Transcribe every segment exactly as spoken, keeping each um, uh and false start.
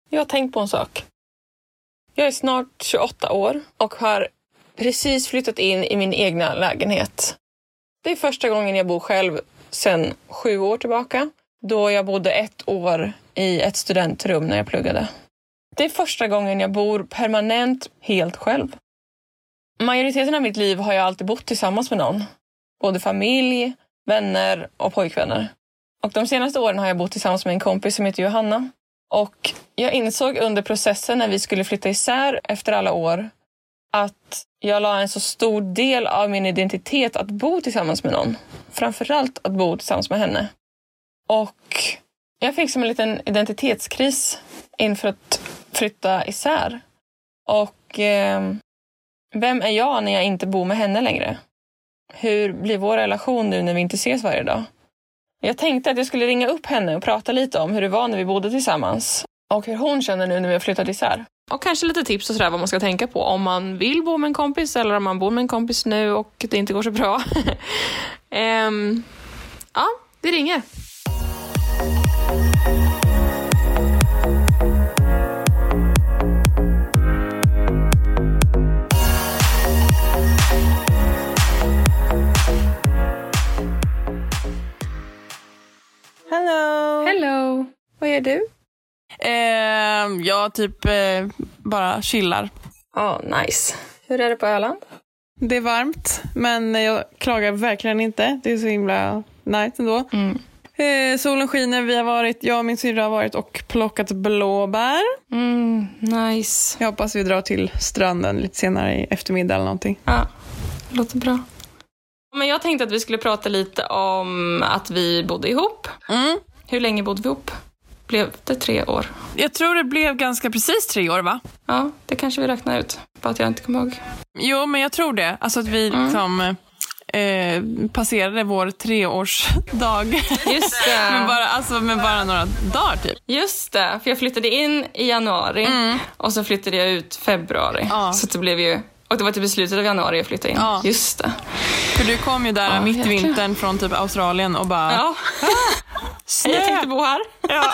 Jag har tänkt på en sak. Jag är snart tjugoåtta år och har precis flyttat in i min egna lägenhet. Det är första gången jag bor själv sedan sju år tillbaka. Då jag bodde ett år i ett studentrum när jag pluggade. Det är första gången jag bor permanent helt själv. Majoriteten av mitt liv har jag alltid bott tillsammans med någon. Både familj, vänner och pojkvänner. Och de senaste åren har jag bott tillsammans med en kompis som heter Johanna. Och jag insåg under processen när vi skulle flytta isär efter alla år att jag la en så stor del av min identitet att bo tillsammans med någon. Framförallt att bo tillsammans med henne. Och jag fick som en liten identitetskris inför att flytta isär. Och eh, vem är jag när jag inte bor med henne längre? Hur blir vår relation nu när vi inte ses varje dag? Jag tänkte att jag skulle ringa upp henne och prata lite om hur det var när vi bodde tillsammans. Och hur hon känner nu när vi har flyttat isär. Och kanske lite tips och sådär vad man ska tänka på. Om man vill bo med en kompis eller om man bor med en kompis nu och det inte går så bra. um, ja, det ringer. Hello. Hello. Vad gör du? Eh, jag typ eh, bara chillar. Ja, oh, nice. Hur är det på Öland? Det är varmt, men jag klagar verkligen inte. Det är så himla nice ändå. Mm. Eh, solen skiner, vi har varit, jag och min syrra har varit och plockat blåbär. Mm, nice. Jag hoppas vi drar till stranden lite senare i eftermiddag eller någonting. Ja, det låter bra. Men jag tänkte att vi skulle prata lite om att vi bodde ihop. Mm. Hur länge bodde vi ihop? Blev det tre år? Jag tror det blev ganska precis tre år, va? Ja, det kanske vi räknar ut. Bara att jag inte kommer ihåg. Jo, men jag tror det. Alltså att vi mm. liksom, eh, passerade vår treårsdag. Just det. med, bara, alltså, med bara några dagar typ. Just det, för jag flyttade in i januari. Mm. Och så flyttade jag ut februari. Ja. Så det blev ju... Och det var till beslutet av januari jag flyttade in. Ja. Just det. För du kom ju där ja, mitt i vintern från typ Australien och bara... Ja. Snö. Jag tänkte bo här. Ja.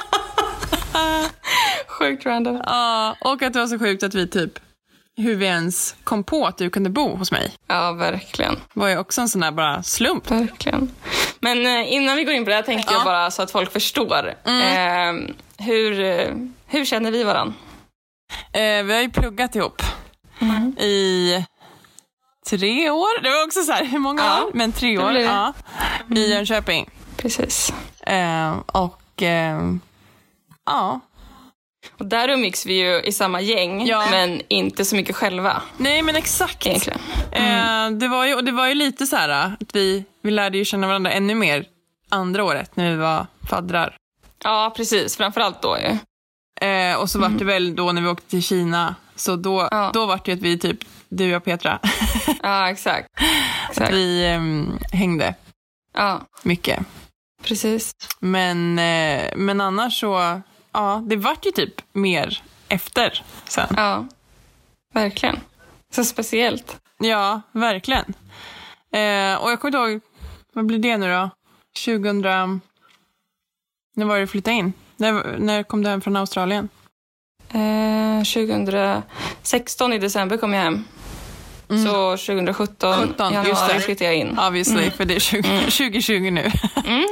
Sjukt random. Ja, och att det var så sjukt att vi typ... Hur vi ens kom på att du kunde bo hos mig. Ja, verkligen. Det var ju också en sån där bara slump. Verkligen. Men eh, innan vi går in på det här tänkte ja. jag bara så att folk förstår. Mm. Eh, hur, hur känner vi varann? Eh, vi har ju pluggat ihop. Mm. I tre år. Det var också så här, hur många ja, år? Men tre år, ja. I Jönköping. Precis. Eh, och eh, ja. Och där umgicks vi ju i samma gäng, ja. men inte så mycket själva. Nej, men exakt. Egentligen. Mm. Eh, det, var ju, och det var ju lite så här att vi, vi lärde ju känna varandra ännu mer andra året när vi var faddrar. Ja, precis. Framförallt då ju. Eh, och så mm. var det väl då när vi åkte till Kina. Så då, ja. då var det ju att vi typ, du och Petra. Ja, exakt. exakt. Att vi eh, hängde ja. mycket. Precis. Men, eh, men annars så, ja, det var ju typ mer efter sen. Ja, verkligen. Så speciellt. Ja, verkligen. Eh, och jag kommer inte ihåg, vad blir det nu då? tjugohundra, när var det flyttade in? När, när kom du hem från Australien? Eh, tjugohundrasexton i december kom jag hem. Mm. Så tjugosjutton sjutton, januari flyttade jag in. Obviously, mm. för det är tjugo, mm. tjugo tjugo nu. Mm.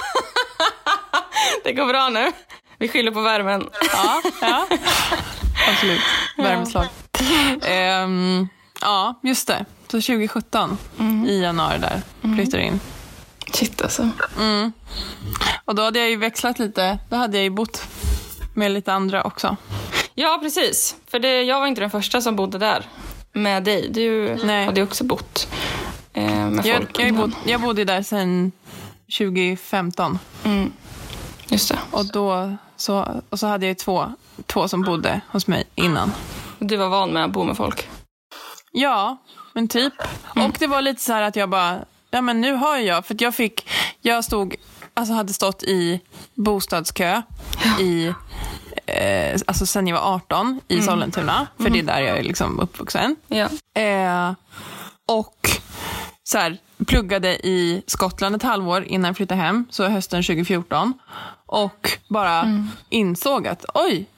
Det går bra nu. Vi skyller på värmen. Ja, ja. Absolut. Värmeslag. Ja. Um, ja, just det. Så tjugosjutton mm. i januari där flyttade in. Shit alltså. Mm. Och då hade jag ju växlat lite. Då hade jag ju bott med lite andra också. Ja, precis. För det, jag var inte den första som bodde där med dig. Du Nej. hade ju också bott eh, med jag, folk. Jag, bod, jag bodde där sedan tjugofemton. Mm. Just det. Och då så, och så hade jag två, två som bodde hos mig innan. Du var van med att bo med folk? Ja, men typ. Mm. Och det var lite så här att jag bara... Ja, men nu har jag... För att jag fick... Jag stod... Alltså hade stått i bostadskö ja. i... Eh, alltså sen jag var arton i mm. Sollentuna. För mm. det är där jag är liksom uppvuxen. Ja. Eh, och så här, pluggade i Skottland ett halvår innan jag flyttade hem. Så hösten tjugofjorton. Och bara mm. insåg att oj,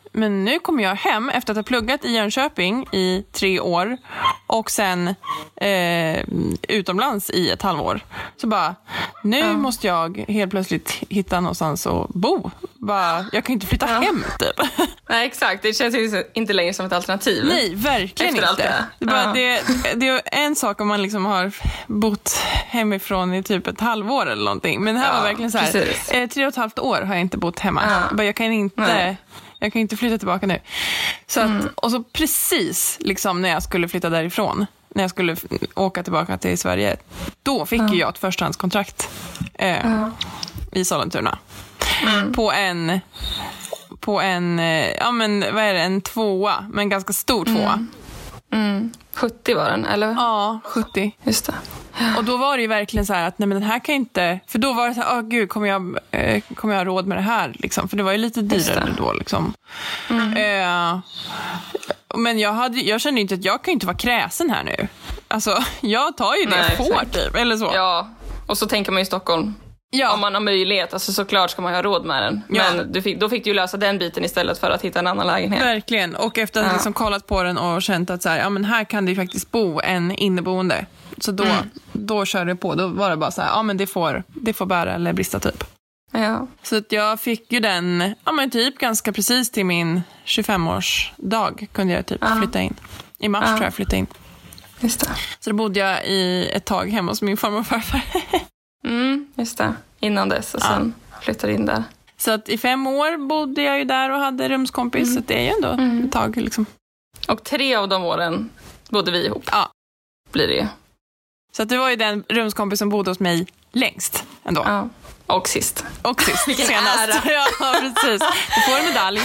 men nu kommer jag hem efter att ha pluggat i Jönköping i tre år och sen eh, utomlands i ett halvår. Så bara, nu ja. måste jag helt plötsligt hitta någonstans att bo. Bara, jag kan inte flytta ja. hem typ. Nej, exakt. Det känns inte längre som ett alternativ. Nej, verkligen inte. Det. Det, bara, ja. det, det är en sak om man liksom har bott hemifrån i typ ett halvår eller någonting. Men det här ja, var verkligen så här, eh, tre och ett halvt år har jag inte bott hemma. Ja. Bara, jag kan inte... Nej. Jag kan inte flytta tillbaka nu. Så att, mm. Och så precis liksom när jag skulle flytta därifrån, när jag skulle åka tillbaka till Sverige, då fick mm. jag ett förstahandskontrakt eh, mm. i Sollentuna. Mm. På en på en, ja men vad är det, en tvåa, men ganska stor tvåa. Mm. Mm. sjuttio var den, eller? Ja, sjuttio. Just det. Och då var det ju verkligen så här att nej men den här kan inte, för då var det så här, åh gud, kommer jag, eh, kommer jag ha råd med det här liksom? För det var ju lite dyrare då liksom. Mm. Eh, men jag, hade, jag kände inte att jag kan inte vara kräsen här nu. Alltså, jag tar ju det nej, jag får typ, eller så. Ja, och så tänker man ju i Stockholm. Ja. Om man har möjlighet, alltså såklart ska man ha råd med den. Ja. Men du fick, då fick du ju lösa den biten istället för att hitta en annan lägenhet. Verkligen, och efter att ja. liksom kollat på den och känt att så här, ja, men här kan det ju faktiskt bo en inneboende. Så då, mm. då körde jag på, då var det bara så här, ja men det får, det får bära eller brista typ. Ja. Så att jag fick ju den, ja men typ ganska precis till min tjugofemårsdag kunde jag typ ja. flytta in. I mars ja. tror jag flytta in. Just det. Så då bodde jag i ett tag hemma hos min farmor och farfar. Mm, just det. Innan dess och sen ja. flyttade in där. Så att i fem år bodde jag ju där och hade rumskompis. Mm. Så det är ju ändå mm. ett tag liksom. Och tre av de åren bodde vi ihop. Ja. Blir det. Så att det var ju den rumskompis som bodde hos mig längst ändå. Ja. Och sist. Och sist. Vilken senast. Ära. Ja, precis. Du får en medalj.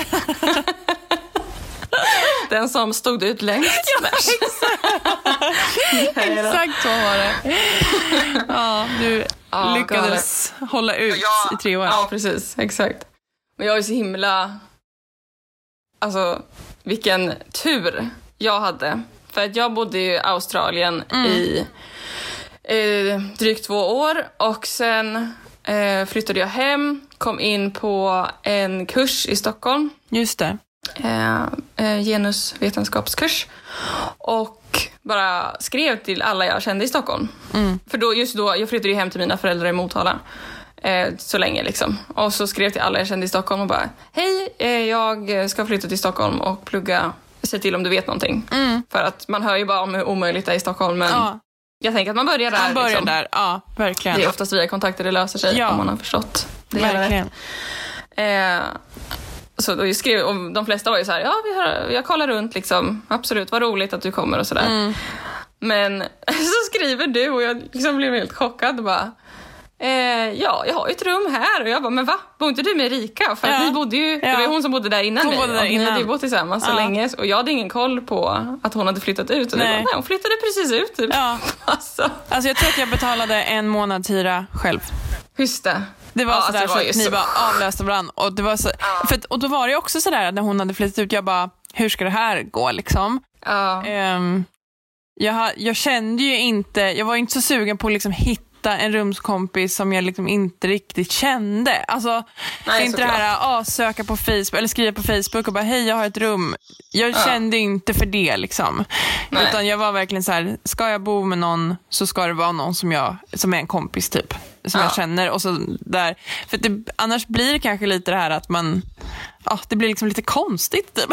Den som stod ut längst. Ja, exakt. Exakt så var det. Ja, du ja, lyckades galet. hålla ut ja, i tre år. Ja, precis. Exakt. Men jag är så himla... Alltså, vilken tur jag hade. För att jag bodde i Australien mm. i eh, drygt två år. Och sen eh, flyttade jag hem. Kom in på en kurs i Stockholm. Just det. Eh, eh, genusvetenskapskurs. Och bara skrev till alla jag kände i Stockholm. Mm. För då, just då, jag flyttade ju hem till mina föräldrar i Motala. Eh, så länge liksom. Och så skrev till alla jag kände i Stockholm och bara, hej, eh, jag ska flytta till Stockholm och plugga. Se till om du vet någonting. Mm. För att man hör ju bara om hur omöjligt det är i Stockholm. Men ja. jag tänker att man börjar där. Man börjar liksom. där, ja, verkligen. Det är oftast via kontakter det löser sig ja. om man har förstått det. Verkligen. Eh, så då skrev, och de flesta var ju så här, ja, vi har, jag kollar runt liksom. Absolut, vad roligt att du kommer och sådär. Mm. Men så skriver du och jag liksom blev helt chockad och bara, eh, ja, jag har ju ett rum här. Och jag bara, men va? Bor inte du med Erika? För att ja. ni bodde ju, ja. det var ju hon som bodde där innan hon mig. Bodde där och innan. Ni hade ju bott tillsammans ja. så länge. Och jag hade ingen koll på att hon hade flyttat ut. Och nej. Bara, nej, hon flyttade precis ut typ. Ja. alltså. alltså jag tror att jag betalade en månads hyra själv. Just det. Det var ja, sådär alltså, det var så att ni så... bara avlöste varandra. Och, det var så, ja. för att, och då var det också sådär att när hon hade flyttat ut, jag bara, hur ska det här gå liksom? Ja. Um, jag, jag kände ju inte, jag var inte så sugen på att liksom hitta en rumskompis som jag liksom inte riktigt kände. Alltså, nej, inte det här ah, söka på Facebook eller skriva på Facebook och bara, hej, jag har ett rum. Jag ja. kände inte för det liksom. Nej. Utan jag var verkligen så här, ska jag bo med någon så ska det vara någon som jag, som är en kompis typ. Som ja. jag känner och så där. För det, annars blir det kanske lite det här att man, ja, det blir liksom lite konstigt typ.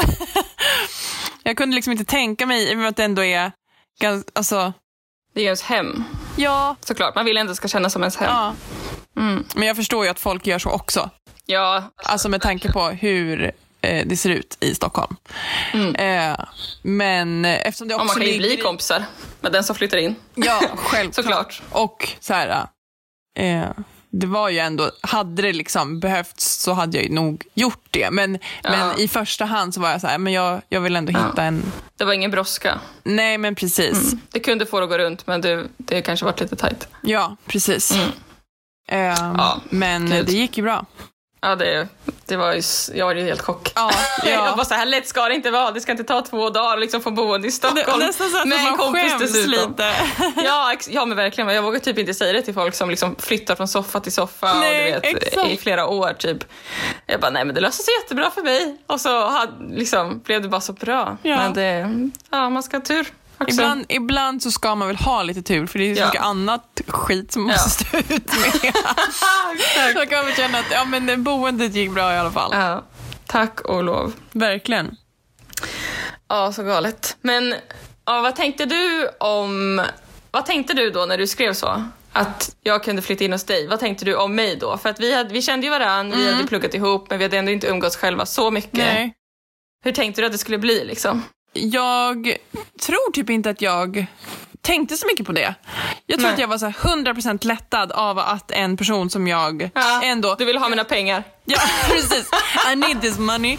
Jag kunde liksom inte tänka mig i och med att det ändå är ganska, alltså, det är ens hem. Ja. Såklart, man vill ändå ska känna som ens hem. Ja. Mm. Men jag förstår ju att folk gör så också. Ja. Alltså med tanke på hur eh, det ser ut i Stockholm. Mm. Eh, men eftersom det också ja, man kan ju bli ligger... kompisar med den som flyttar in. Ja, självklart. Såklart. Och så här, eh, det var ju ändå, hade det liksom behövts så hade jag ju nog gjort det. Men, ja. men i första hand så var jag så här, men jag, jag vill ändå hitta ja. en... Det var ingen brådska. Nej, men precis. Mm. Det kunde få det att gå runt, men det, det kanske varit lite tajt. Ja, precis. Mm. Um, ja, men Gud. det gick ju bra. Ja, det, det var ju, jag var ju helt chock. Ja, ja. Jag bara så här, lätt ska det inte vara. Det ska inte ta två dagar liksom få boende i Stockholm. Det, nästan så att med en man kompis skäms dessutom. lite. Ja, ex- ja, men verkligen. Jag vågar typ inte säga det till folk som liksom flyttar från soffa till soffa. Nej, och du vet, exakt. i flera år typ. Jag bara, nej men det löser sig jättebra för mig. Och så hade, liksom, blev det bara så bra. Ja. Men det, ja, man ska ha tur. Också. Ibland, ibland så ska man väl ha lite tur, för det är så Ja. mycket annat skit som man måste stå ut med. Så kan man känna att ja, men det boendet gick bra i alla fall. Ja, tack och lov. Verkligen. Ja, så galet. Men ja, vad tänkte du om... Vad tänkte du då när du skrev så? Att jag kunde flytta in hos dig. Vad tänkte du om mig då? För att vi, hade, vi kände ju varandra, Mm. vi hade pluggat ihop, men vi hade ändå inte umgåtts själva så mycket. Nej. Hur tänkte du att det skulle bli liksom? Jag tror typ inte att jag tänkte så mycket på det. Jag tror Nej. att jag var så här hundra procent lättad av att en person som jag Ja, ändå... du vill ha mina pengar. Ja, precis. I need this money.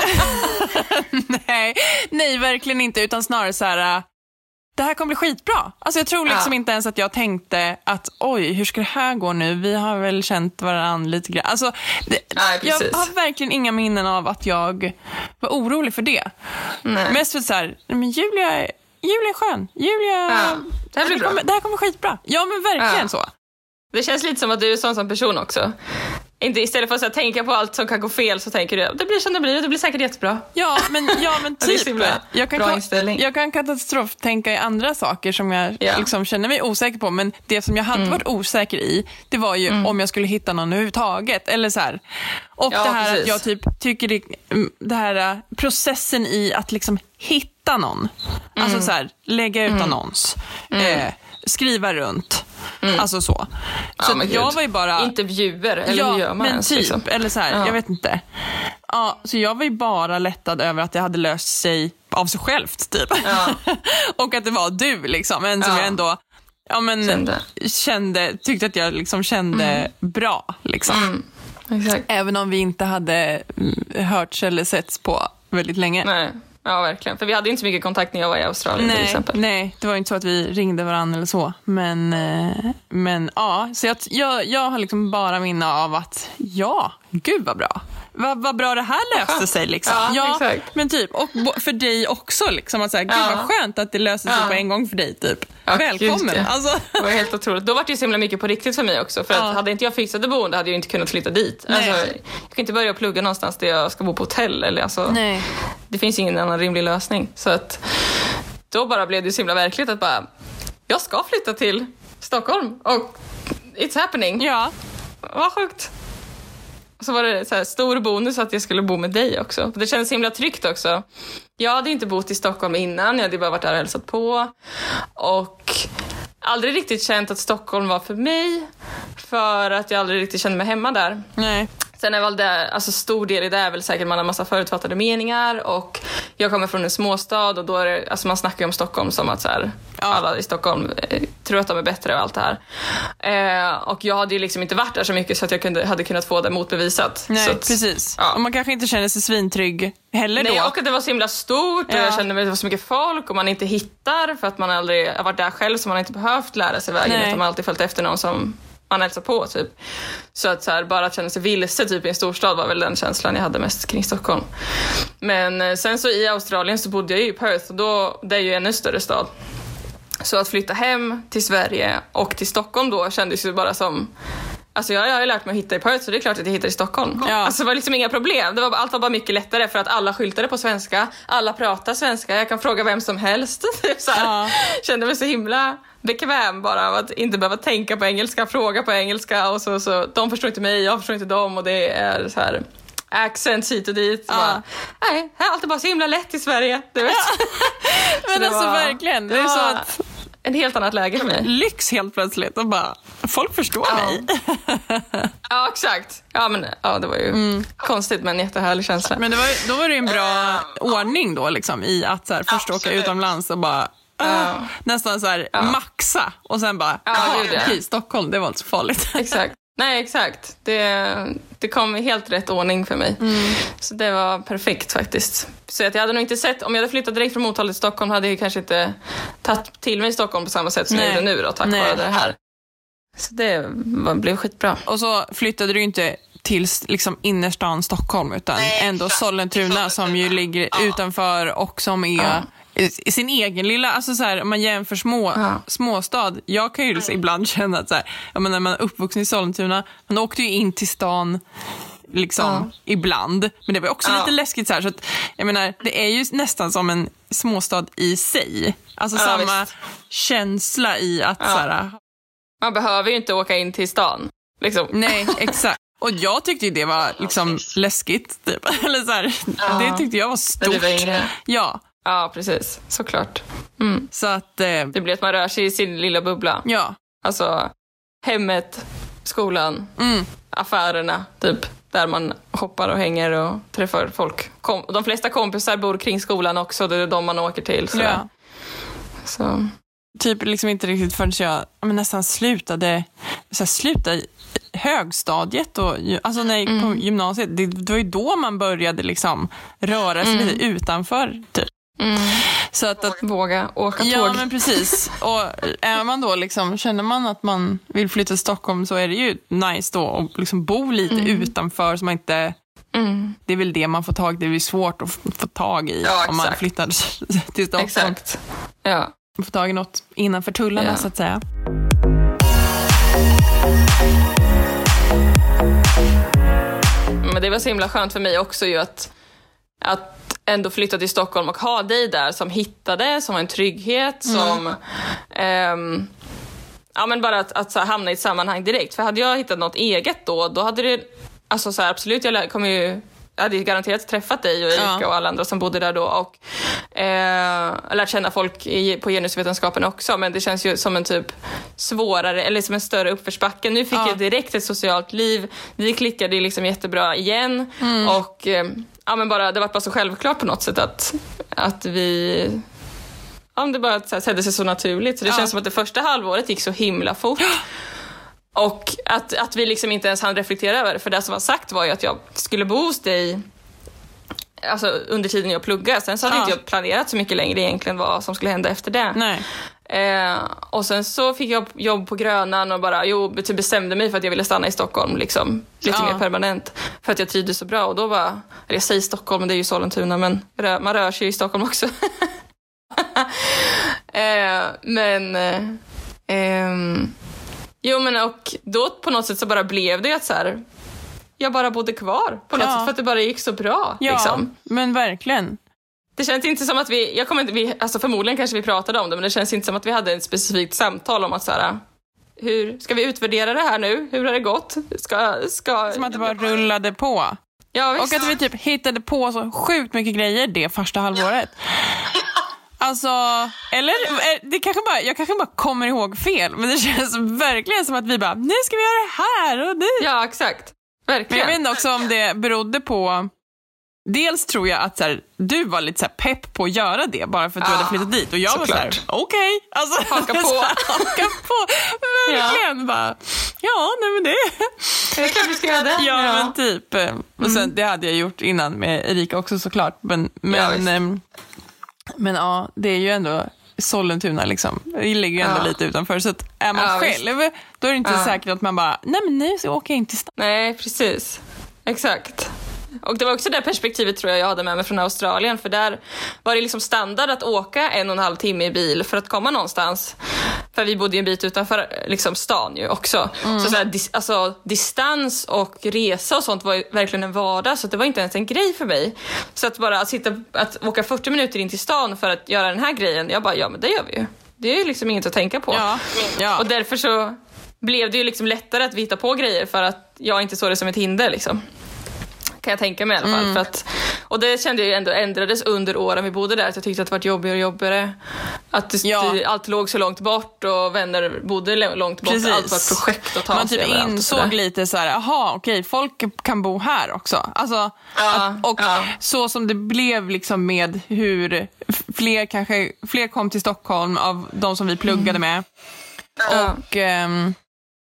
nej, nej, verkligen inte. Utan snarare så här... äh, det här kommer bli skitbra. Alltså jag tror liksom Ja. inte ens att jag tänkte att oj, hur ska det här gå nu? Vi har väl känt varandra lite grann. Alltså, det, Nej, jag precis. har verkligen inga minnen av att jag var orolig för det. Nej. Mest för så här, men Julia, Julia är skön. Julia, Ja, det här blir bra. kommer, det här kommer skitbra. Ja, men verkligen Ja. så. Det känns lite som att du är sån som person också. Inte istället för att så här, tänka på allt som kan gå fel så tänker du, det blir som det blir, det blir säkert jättebra. Ja, men, ja, men Det är så typ. himla Jag kan, bra ka- inställning. jag kan katastroftänka i andra saker som jag Ja. liksom känner mig osäker på. Men det som jag hade Mm. varit osäker i, det var ju om jag skulle hitta någon överhuvudtaget. Eller så här. Och Ja, det här precis. att jag typ tycker det, det här äh, processen i att liksom hitta någon. Alltså så här, lägga ut annons. Eh, skriva runt. Alltså så. Ja, Så men att jag gud. var ju bara... Intervjuer, eller hur gör man men ens, typ, liksom? eller så här, Ja. jag vet inte. Ja, så jag var ju bara lättad över att det hade löst sig av sig självt, typ. Ja. Och att det var du, liksom. En som Ja. jag ändå ja, men, Kände. kände, tyckte att jag liksom kände bra, liksom. Mm. Exakt. Även om vi inte hade mm, hörts eller setts på väldigt länge. Nej, ja verkligen. För vi hade ju inte så mycket kontakt när jag var i Australien till Nej, exempel. nej, det var inte så att vi ringde varandra eller så. Men, eh, men ja, så jag, jag, jag har liksom bara minne av att ja, gud vad bra. Vad, vad bra det här löste sig liksom. Ja, exakt. Men typ, och bo- för dig också liksom. Att säga, gud Ja. vad skönt att det löste sig Ja. på en gång för dig typ. Ja, Välkommen. gud, ja. Alltså. Det var helt otroligt. Då var det ju så himla mycket på riktigt för mig också. För att Ja. hade inte jag fixat det boende hade jag inte kunnat flytta dit. Nej. Alltså, jag kan inte börja plugga någonstans där jag ska bo på hotell. Eller alltså, Nej. det finns ingen annan rimlig lösning. Så att då bara blev det ju så himla verkligt att bara, jag ska flytta till Stockholm och it's happening. Ja. Vad sjukt. Och så var det så här stor bonus att jag skulle bo med dig också. Det kändes himla tryggt också. Jag hade inte bott i Stockholm innan. Jag hade bara varit där och hälsat på. Och aldrig riktigt känt att Stockholm var för mig. För att jag aldrig riktigt kände mig hemma där. Nej. Sen är väl det, alltså stor del i det är väl säkert man har massa förutfattade meningar och jag kommer från en småstad och då är det, alltså man snackar ju om Stockholm som att så här, Ja. alla i Stockholm eh, tror att de är bättre och allt det här. Eh, och jag hade ju liksom inte varit där så mycket så att jag kunde, hade kunnat få det motbevisat. Nej, så att, precis. ja. Och man kanske inte känner sig svintrygg heller Nej, då. och att det var så himla stort och Ja. jag kände mig att det var så mycket folk och man inte hittar för att man aldrig har varit där själv så man har inte behövt lära sig vägen Nej. utan man har alltid följt efter någon som man hälsar på typ. Så att så här, bara att känna sig vilse typ i en storstad var väl den känslan jag hade mest kring Stockholm. Men eh, sen så i Australien så bodde jag ju i Perth och då, det är ju en ännu större stad. Så att flytta hem till Sverige och till Stockholm då kändes ju bara som... Alltså jag, jag har ju lärt mig att hitta i Perth så det är klart att jag hittar i Stockholm. Ja. Alltså det var liksom inga problem. Det var, allt var bara mycket lättare för att alla skyltade på svenska. Alla pratar svenska. Jag kan fråga vem som helst. så här. Ja. Kände mig så himla bekväm bara av att inte behöva tänka på engelska, fråga på engelska. Och så, så, de förstår inte mig, jag förstår inte dem. Och det är så här... accents hit och dit. Ja. Bara, nej, det är alltid bara så himla lätt i Sverige. Du vet. Men det alltså var- verkligen. Det är det så var- att En helt annat läge för mig. lyx helt plötsligt och bara, folk förstår Ja. mig. Ja, exakt. Ja, men ja, det var ju Mm. konstigt men en jättehärlig känsla. Men det var, då var det en bra ordning då liksom i att så här, först åka Absolut. utomlands och bara ah, nästan så här maxa och sen bara, Ja, jaha, gud, ja. okej, Stockholm, det var inte så farligt. Exakt. Nej, exakt. Det, det kom i helt rätt ordning för mig. Mm. Så det var perfekt faktiskt. Så att jag hade nog inte sett, om jag hade flyttat direkt från Motala till Stockholm hade jag kanske inte tagit till mig Stockholm på samma sätt som Nej. jag gjorde nu då, tack Nej. vare det här. Så det var, blev skitbra. Och så flyttade du inte till liksom innerstan Stockholm, utan Nej, ändå exakt. Sollentuna som ju ligger ja. utanför och som är ja. i sin egen lilla, alltså så här, om man jämför små, ja. småstad. Jag kan ju liksom mm. ibland känna att så här, jag menar, när man är uppvuxen i Sollentuna, man åkte ju in till stan liksom ja. ibland, men det var också ja. lite läskigt så här, så att jag menar, det är ju nästan som en småstad i sig, alltså ja, samma visst. känsla i att ja. så här, man behöver ju inte åka in till stan liksom. Nej, exakt. Och jag tyckte ju det var liksom läskigt typ. Eller så här, ja. det tyckte jag var stort. Var ja. Ja, precis. Såklart. Mm. Så att eh, det blir att man rör sig i sin lilla bubbla. Ja. Alltså hemmet, skolan, mm. affärerna typ, där man hoppar och hänger och träffar folk. Kom- de flesta kompisar bor kring skolan också, det är de man åker till. Så, ja. så. Typ liksom inte riktigt förrän jag men nästan slutade så här, slutade högstadiet och alltså när jag gick mm. på gymnasiet, det, det var ju då man började liksom röra sig mm. lite utanför typ. Mm. Så att, att våga åka tåg. Ja, men precis. Och är man då liksom, känner man att man vill flytta till Stockholm, så är det ju nice då att liksom bo lite mm. utanför, så man inte mm. det är väl det man får tag, det är svårt att få tag i ja, om man flyttar till Stockholm. Exakt. Ja. Man får tag i något innanför tullarna ja. så att säga. Men det var så himla skönt för mig också ju att, att ändå flytta till Stockholm och ha dig där som hittade, som har en trygghet, mm. som ähm, ja men bara att, att så här, hamna i ett sammanhang direkt. För hade jag hittat något eget då, då hade det, alltså så här, absolut, jag kommer ju jag hade garanterat träffat dig och Erika ja. och alla andra som bodde där då och eh, lärt känna folk i, på genusvetenskapen också, men det känns ju som en typ svårare eller som en större uppförsbacke. Nu fick ja. jag direkt ett socialt liv, vi klickade liksom jättebra igen mm. och eh, ja, men bara, det var bara så självklart på något sätt att, att vi ja, det bara så här, skedde sig så naturligt, så det ja. känns som att det första halvåret gick så himla fort. Och att, att vi liksom inte ens hann reflektera över det. För det som var sagt var ju att jag skulle bo hos dig alltså under tiden jag pluggade. Sen så hade ja. inte jag planerat så mycket längre egentligen vad som skulle hända efter det. Nej. Eh, och sen så fick jag jobb på Grönan och bara jo, bestämde mig för att jag ville stanna i Stockholm liksom, lite ja. mer permanent. För att jag trivdes så bra. Och då var, eller jag säger Stockholm, men det är ju Sollentuna, men man rör sig i Stockholm också. eh, men... Eh, eh, Jo, men och då på något sätt så bara blev det att så här, jag bara bodde kvar på något ja. sätt för att det bara gick så bra. Ja, liksom. Men verkligen. Det känns inte som att vi, jag kommer inte, vi, alltså förmodligen kanske vi pratade om det, men det känns inte som att vi hade ett specifikt samtal om att så här, hur ska vi utvärdera det här nu? Hur har det gått? Ska, ska... Som att det bara rullade på. Ja, visst. Och att vi typ hittade på så sjukt mycket grejer det första halvåret. Alltså, eller det kanske bara, jag kanske bara kommer ihåg fel, men det känns verkligen som att vi bara, nu ska vi göra det här och nu. Ja, exakt. Verkligen. Men jag vet inte också om det berodde på, dels tror jag att så här, du var lite så här pepp på att göra det bara för att du ja, hade flyttat dit, och jag var så här, okej, okay. Alltså haka på. Haka på. Verkligen ja. bara. Ja, nej men det. Det kanske vi ska göra det. Ja, ja, men typ. Och sen, mm. det hade jag gjort innan med Erika också såklart, men men ja, Men ja, det är ju ändå Sollentuna liksom. Det ligger ju ändå ja. lite utanför. Så att är man ja, själv, visst. Då är det inte ja. säkert att man bara, nej men nu så åker jag inte stan. Nej, precis. Exakt. Och det var också det perspektivet tror jag jag hade med mig från Australien. För där var det liksom standard att åka en och en halv timme i bil för att komma någonstans. För vi bodde ju en bit utanför liksom stan ju också. Mm. Så, så här, dis- alltså, distans och resa och sånt var ju verkligen en vardag. Så det var inte ens en grej för mig. Så att bara att, sitta, att åka fyrtio minuter in till stan för att göra den här grejen. Jag bara, ja men det gör vi ju. Det är ju liksom inget att tänka på. Ja. Ja. Och därför så blev det ju liksom lättare att hitta på grejer. För att jag inte såg det som ett hinder liksom. Kan jag tänka mig i alla fall. Mm. För att, och det kände jag ändå ändrades under åren vi bodde där. Att jag tyckte att det var jobbigare och jobbigare. Att det, ja. allt låg så långt bort och vänner bodde långt bort. Precis. Allt var ett projekt att ta man sig typ insåg lite så här, aha, okej, folk kan bo här också. Alltså, ja, att, och ja. så som det blev liksom med hur fler kanske fler kom till Stockholm av de som vi pluggade mm. med. Ja. Och ehm,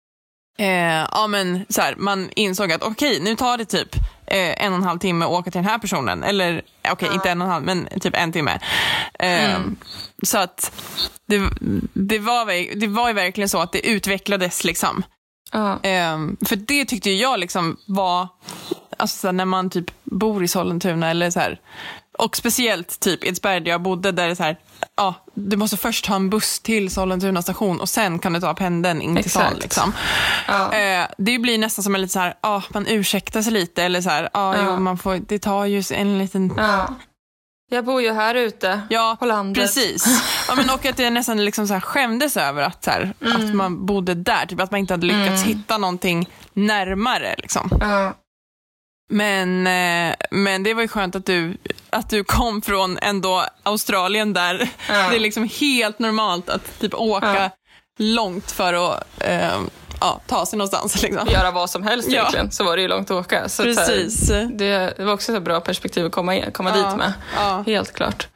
eh, ja men så här, man insåg att okej, nu tar det typ Eh, en och en halv timme att åka till den här personen. Eller, okej, okay, ja. inte en och en halv, men typ en timme. Eh, mm. Så att det, det, var, det var ju verkligen så att det utvecklades liksom. Ja. Um, för det tyckte jag liksom var, alltså så här, när man typ bor i Sollentuna eller så här, och speciellt typ Edsberg där jag bodde, där det är så här, ja, du måste först ta en buss till Sollentuna station och sen kan du ta pendeln in till stan liksom. Ja. Uh, det blir nästan som en lite så här, ja, man ursäktar sig lite eller så här, ja, Ja. jo, man får, det tar ju en liten... Ja. Jag bor ju här ute Ja, på landet. precis. Ja, men och att jag nästan liksom så här skämdes över att, så här, Mm. att man bodde där. Typ att man inte hade lyckats Mm. hitta någonting närmare. Liksom. Ja. Men, eh, men det var ju skönt att du, att du kom från ändå Australien där Ja. det är liksom helt normalt att typ åka Ja. långt för att eh, ja, ta sig någonstans. Liksom. Göra vad som helst Ja. egentligen, så var det ju långt att åka. Så att så här, Precis. det, det var också ett bra perspektiv att komma, komma Ja. dit med. Ja. Helt klart.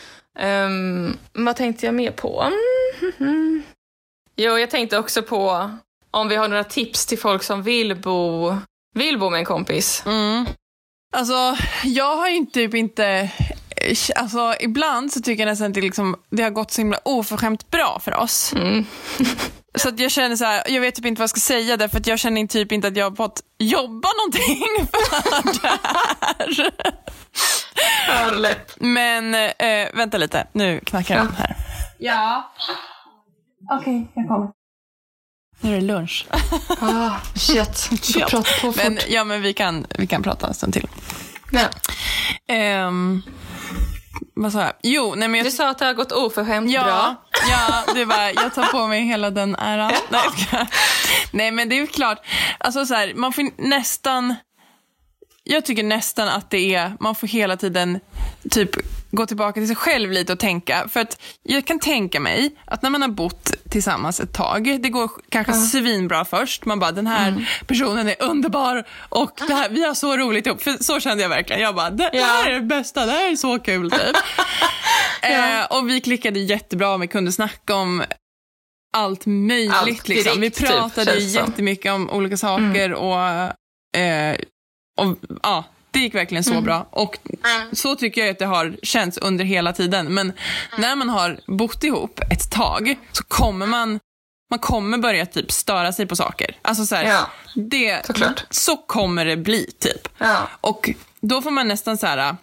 Um, vad tänkte jag mer på? Mm. Jo, jag tänkte också på om vi har några tips till folk som vill bo, vill bo med en kompis. Mm. Alltså, jag har ju typ inte... Alltså, ibland så tycker jag nästan att det, liksom, det har gått så himla oförskämt bra för oss. Mm. Så att jag känner så här, jag vet typ inte vad jag ska säga därför att jag känner typ inte att jag har fått jobba någonting för det här. Ja, lätt. Men eh, vänta lite, nu knackar den här. Ja. Okej, okay, jag kommer. Nu är det lunch. Ah, shit. Shit. Jag pratar på fort. Men, ja, men vi kan, vi kan prata en stund till. Ja. Um, vad sa jag? Jo, nej men jag... Du sa att det har gått oförskämt Ja, bra. ja, det var, jag tar på mig hela den äran. Nej, jag ska- nej, men det är ju klart. Alltså så här, man får nästan... Jag tycker nästan att det är... Man får hela tiden typ gå tillbaka till sig själv lite och tänka. För att jag kan tänka mig att när man har bott tillsammans ett tag, det går kanske Ja. svinbra först. Man bara, den här Mm. personen är underbar och det här, vi har så roligt ihop. För så kände jag verkligen. Jag bara, det, det här är det bästa, det här är så kul typ. eh, och vi klickade jättebra och vi kunde snacka om allt möjligt. Allt liksom. Vi direkt, typ, pratade känns som. jättemycket om olika saker och, eh, och ja, det gick verkligen så Mm. bra. Och så tycker jag att det har känts under hela tiden. Men när man har bott ihop ett tag så kommer man man kommer börja typ störa sig på saker. Alltså så här, Ja, det, såklart. så kommer det bli typ. Ja. Och då får man nästan så här...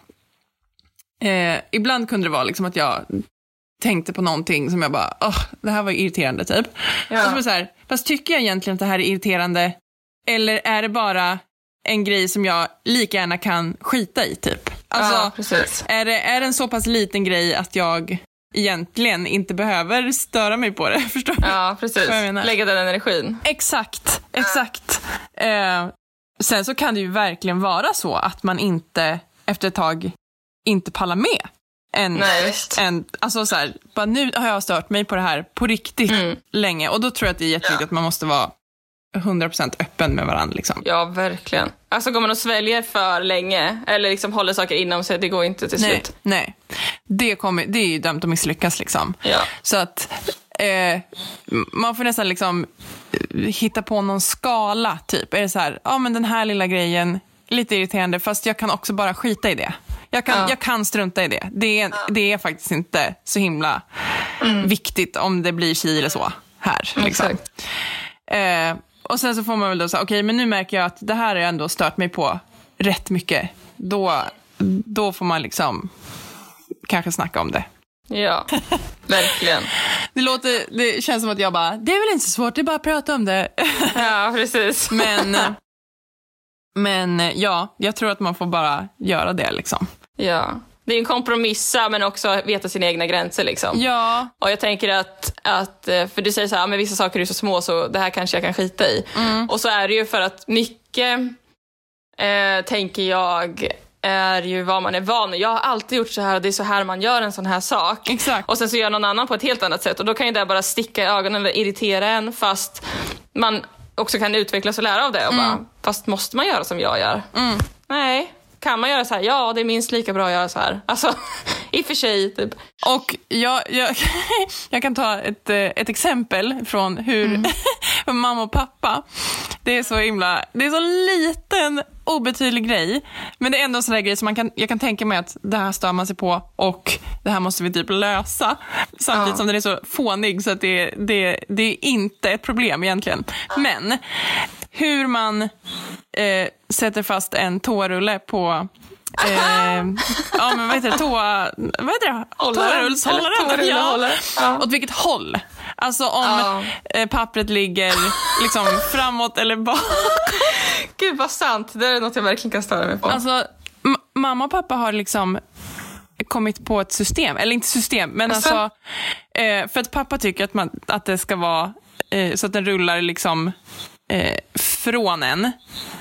Eh, ibland kunde det vara liksom att jag tänkte på någonting som jag bara, åh, det här var irriterande typ. Ja. Och så var det så här, fast tycker jag egentligen att det här är irriterande? Eller är det bara en grej som jag lika gärna kan skita i typ? Alltså, Ja, precis. är det, är det en så pass liten grej att jag egentligen inte behöver störa mig på det? Förstår du? Ja, precis. Vad jag menar. Lägga den energin. Exakt, exakt. Eh, sen så kan det ju verkligen vara så att man inte efter ett tag inte pallar med. En, Nej, visst. en, alltså så här, bara nu har jag stört mig på det här på riktigt Mm. länge. Och då tror jag att det är jätteviktigt Ja. att man måste vara hundra procent öppen med varandra. Liksom. Ja, verkligen. Alltså går man och sväljer för länge eller liksom håller saker inom sig, det går inte till Nej, slut. nej. Det, kommer, det är ju dömt att misslyckas liksom. Ja. Så att eh, man får nästan liksom hitta på någon skala typ. Är det så här, ja men den här lilla grejen, lite irriterande, fast jag kan också bara skita i det. Jag kan, Ja. jag kan strunta i det. Det är, det är faktiskt inte så himla Mm. viktigt om det blir si eller så här. Liksom. Exakt. Eh, och sen så får man väl då säga, okej, okay, men nu märker jag att det här har jag ändå stört mig på rätt mycket. Då, då får man liksom kanske snacka om det. Ja, verkligen. Det, låter, det känns som att jag bara, det är väl inte så svårt, det är bara att prata om det. Ja, precis. Men, men ja, jag tror att man får bara göra det liksom. Ja. Det är en kompromissa men också veta sina egna gränser liksom. Ja. Och jag tänker att, att för du säger så här, men vissa saker är så små så det här kanske jag kan skita i. Mm. Och så är det ju för att mycket, eh, tänker jag, är ju vad man är van med. Jag har alltid gjort så här och det är så här man gör en sån här sak. Exakt. Och sen så gör någon annan på ett helt annat sätt. Och då kan ju det bara sticka i ögonen eller irritera en fast man också kan utvecklas och lära av det. Och Mm. bara, fast måste man göra som jag gör? Mm. Nej. Kan man göra så här? Ja, det är minst lika bra att göra så här. Alltså, i och för sig, typ. Och jag, jag, jag kan ta ett, ett exempel från hur Mm. mamma och pappa Det är så himla, det är så liten obetydlig grej, men det är ändå en sån där grej som man kan, jag kan tänka mig att det här stör man sig på och det här måste vi typ lösa, samtidigt ja. som den är så fånig så att det, det, det är inte ett problem egentligen. Men hur man eh, sätter fast en toarulle på eh, ja men vad heter det, toa, vad heter det? Toarullshållaren. Ja. Ja. Åt vilket håll? Alltså om ja. eh, pappret ligger liksom framåt eller bak. Gud vad sant, det är något jag verkligen kan störa mig på. Alltså m- mamma och pappa har liksom kommit på ett system, eller inte system, men alltså, alltså eh, för att pappa tycker att, man, att det ska vara eh, så att den rullar liksom eh, från en.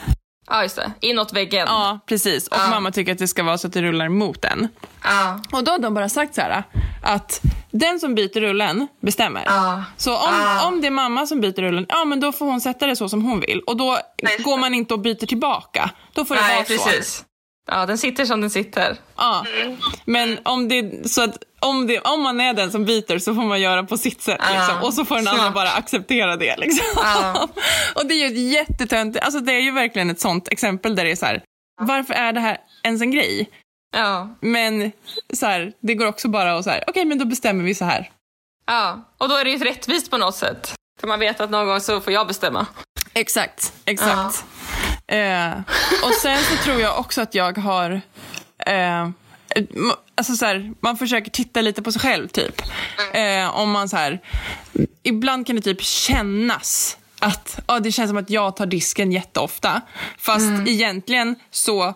Ja, just det. Inåt väggen. Ja, precis. Och ja. mamma tycker att det ska vara så att det rullar mot den. Ja. Och då har de bara sagt så här att den som byter rullen bestämmer. Ja. Så om, ja. om det är mamma som byter rullen, ja men då får hon sätta det så som hon vill. Och då Nej. går man inte och byter tillbaka. Då får det Nej, vara precis. Så. Ja, den sitter som den sitter. Ja, men om det så att om, det, om man är den som byter så får man göra på sitt sätt liksom. uh, Och så får den andra bara acceptera det liksom. uh. Och det är ju ett jättetönt, alltså det är ju verkligen ett sånt exempel där det är så här: varför är det här ens en grej? Ja. Uh. Men så här, det går också bara att så här, okej okay, men då bestämmer vi så här. Ja, uh. och då är det ju rättvist på något sätt. För man vet att någon gång så får jag bestämma. Exakt, exakt. Uh. Uh, och sen så tror jag också att jag har uh, alltså så här, man försöker titta lite på sig själv typ. Eh, om man så här, ibland kan det typ kännas att ja, det känns som att jag tar disken jätteofta. Fast mm. egentligen så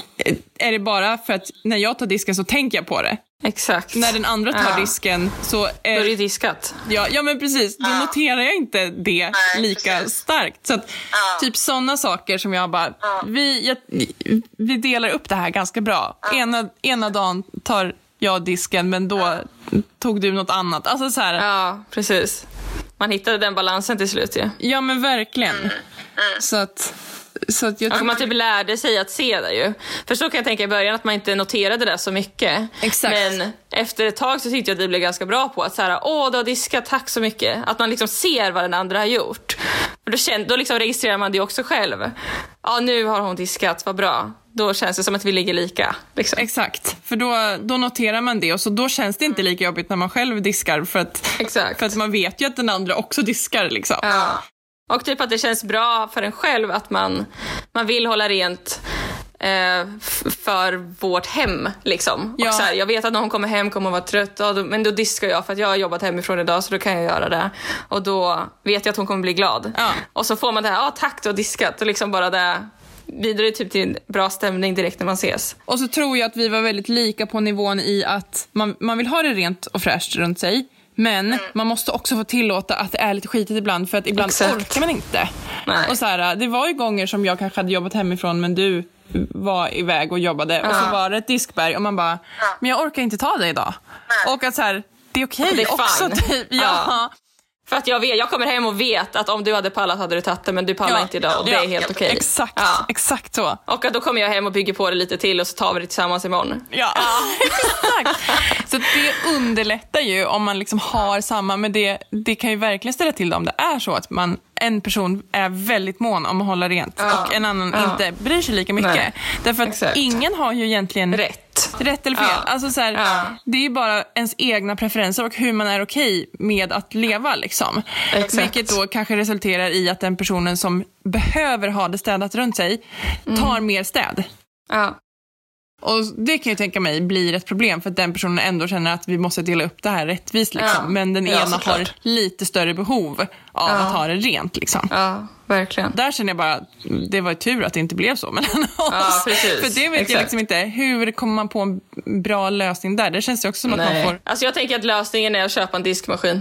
är det bara för att när jag tar disken så tänker jag på det. Exakt. När den andra tar ja. disken så är, då är det diskat. Ja, ja men precis, då ja. noterar jag inte det Nej, lika precis. starkt. Så att ja. typ sådana saker som jag bara ja. vi, jag, vi delar upp det här ganska bra. Ja. Ena, ena dagen tar jag disken men då ja. tog du något annat. Alltså så här. Ja, precis. Man hittade den balansen till slut, ja. Ja, men verkligen. Mm. Mm. Så att... Så att jag och man typ lärde sig att se det ju. För så kan jag tänka i början att man inte noterade det så mycket. Exakt. Men efter ett tag så tyckte jag att det blev ganska bra på att så här, åh, du har diskat, tack så mycket. Att man liksom ser vad den andra har gjort. Och då, känner, då liksom registrerar man det också själv. Ja, nu har hon diskat, vad bra. Då känns det som att vi ligger lika. Liksom. Exakt, för då, då noterar man det. Och så då känns det inte lika jobbigt när man själv diskar. För att, Exakt. för att man vet ju att den andra också diskar liksom. Ja. Och typ att det känns bra för en själv att man, man vill hålla rent eh, f- för vårt hem liksom. Ja. Och så här, jag vet att när hon kommer hem kommer hon vara trött, och då, men då diskar jag för att jag har jobbat hemifrån idag, så då kan jag göra det. Och då vet jag att hon kommer bli glad. Ja. Och så får man det här, ja tack du har diskat, och liksom bara det vidare typ till en bra stämning direkt när man ses. Och så tror jag att vi var väldigt lika på nivån i att man, man vill ha det rent och fräscht runt sig. Men mm. man måste också få tillåta att det är lite skitigt ibland, för att ibland Exakt. orkar man inte. Nej. Och så här, det var ju gånger som jag kanske hade jobbat hemifrån men du var iväg och jobbade ja. och så var det ett diskberg och man bara, ja. men jag orkar inte ta det idag. Nej. Och att så här, det är okej okay också typ. Ja. ja. För att jag vet, jag kommer hem och vet att om du hade pallat hade du tagit det, men du pallar ja. inte idag, och det ja. är helt okej. Okay. Exakt, ja. exakt så. Och att då kommer jag hem och bygger på det lite till, och så tar vi det tillsammans imorgon. Ja, ja. exakt. Så det underlättar ju om man liksom har samma, men det, det kan ju verkligen ställa till det om det är så att man, en person är väldigt mån om att hålla rent ja. och en annan ja. inte bryr sig lika mycket. Nej. Därför att Exakt. ingen har ju egentligen rätt. Rätt eller fel. Ja. Alltså så här, ja. det är ju bara ens egna preferenser och hur man är okej med att leva liksom. Exakt. Vilket då kanske resulterar i att den personen som behöver ha det städat runt sig tar mm. mer städ. Ja. Och det kan jag tänka mig blir ett problem, för att den personen ändå känner att vi måste dela upp det här rättvist liksom. Ja. Men den ja, ena såklart. har lite större behov av ja. att ha det rent liksom. Ja, verkligen. Där känner jag bara, det var ju tur att det inte blev så mellan oss. Ja, precis. För det vet Exakt. jag liksom inte, hur kommer man på en bra lösning där? Det känns ju också som Nej. att man får... Alltså jag tänker att lösningen är att köpa en diskmaskin.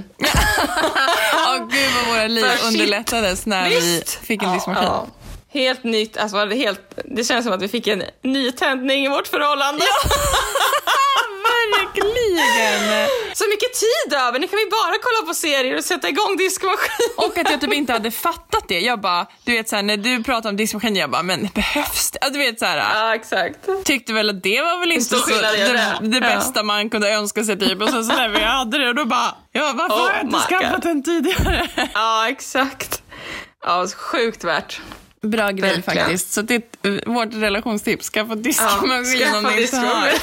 Åh oh, gud vad våra liv underlättades när Visst. vi fick en diskmaskin. Ja. Helt nytt, alltså det, helt, det känns som att vi fick en ny tändning i vårt förhållande. Ja. Verkligen. Så mycket tid över, nu kan vi bara kolla på serier och sätta igång diskmaskin. Och att jag typ inte hade fattat det. Jag bara, du vet så här, när du pratar om diskmaskin, jag bara, men behövs det? Du vet så här. Ja, exakt. Tyckte väl att det var väl inte så, det, det bästa ja. man kunde önska sig typ. Och så, så när vi hade det, och då bara, ja varför oh, har jag inte skaffat den tidigare? Ja, exakt. Ja, sjukt värt. Bra grej Verkligen. faktiskt. Så det är vårt relationstips. Skaffa diskmaskin Ja, om ni inte skaffa har.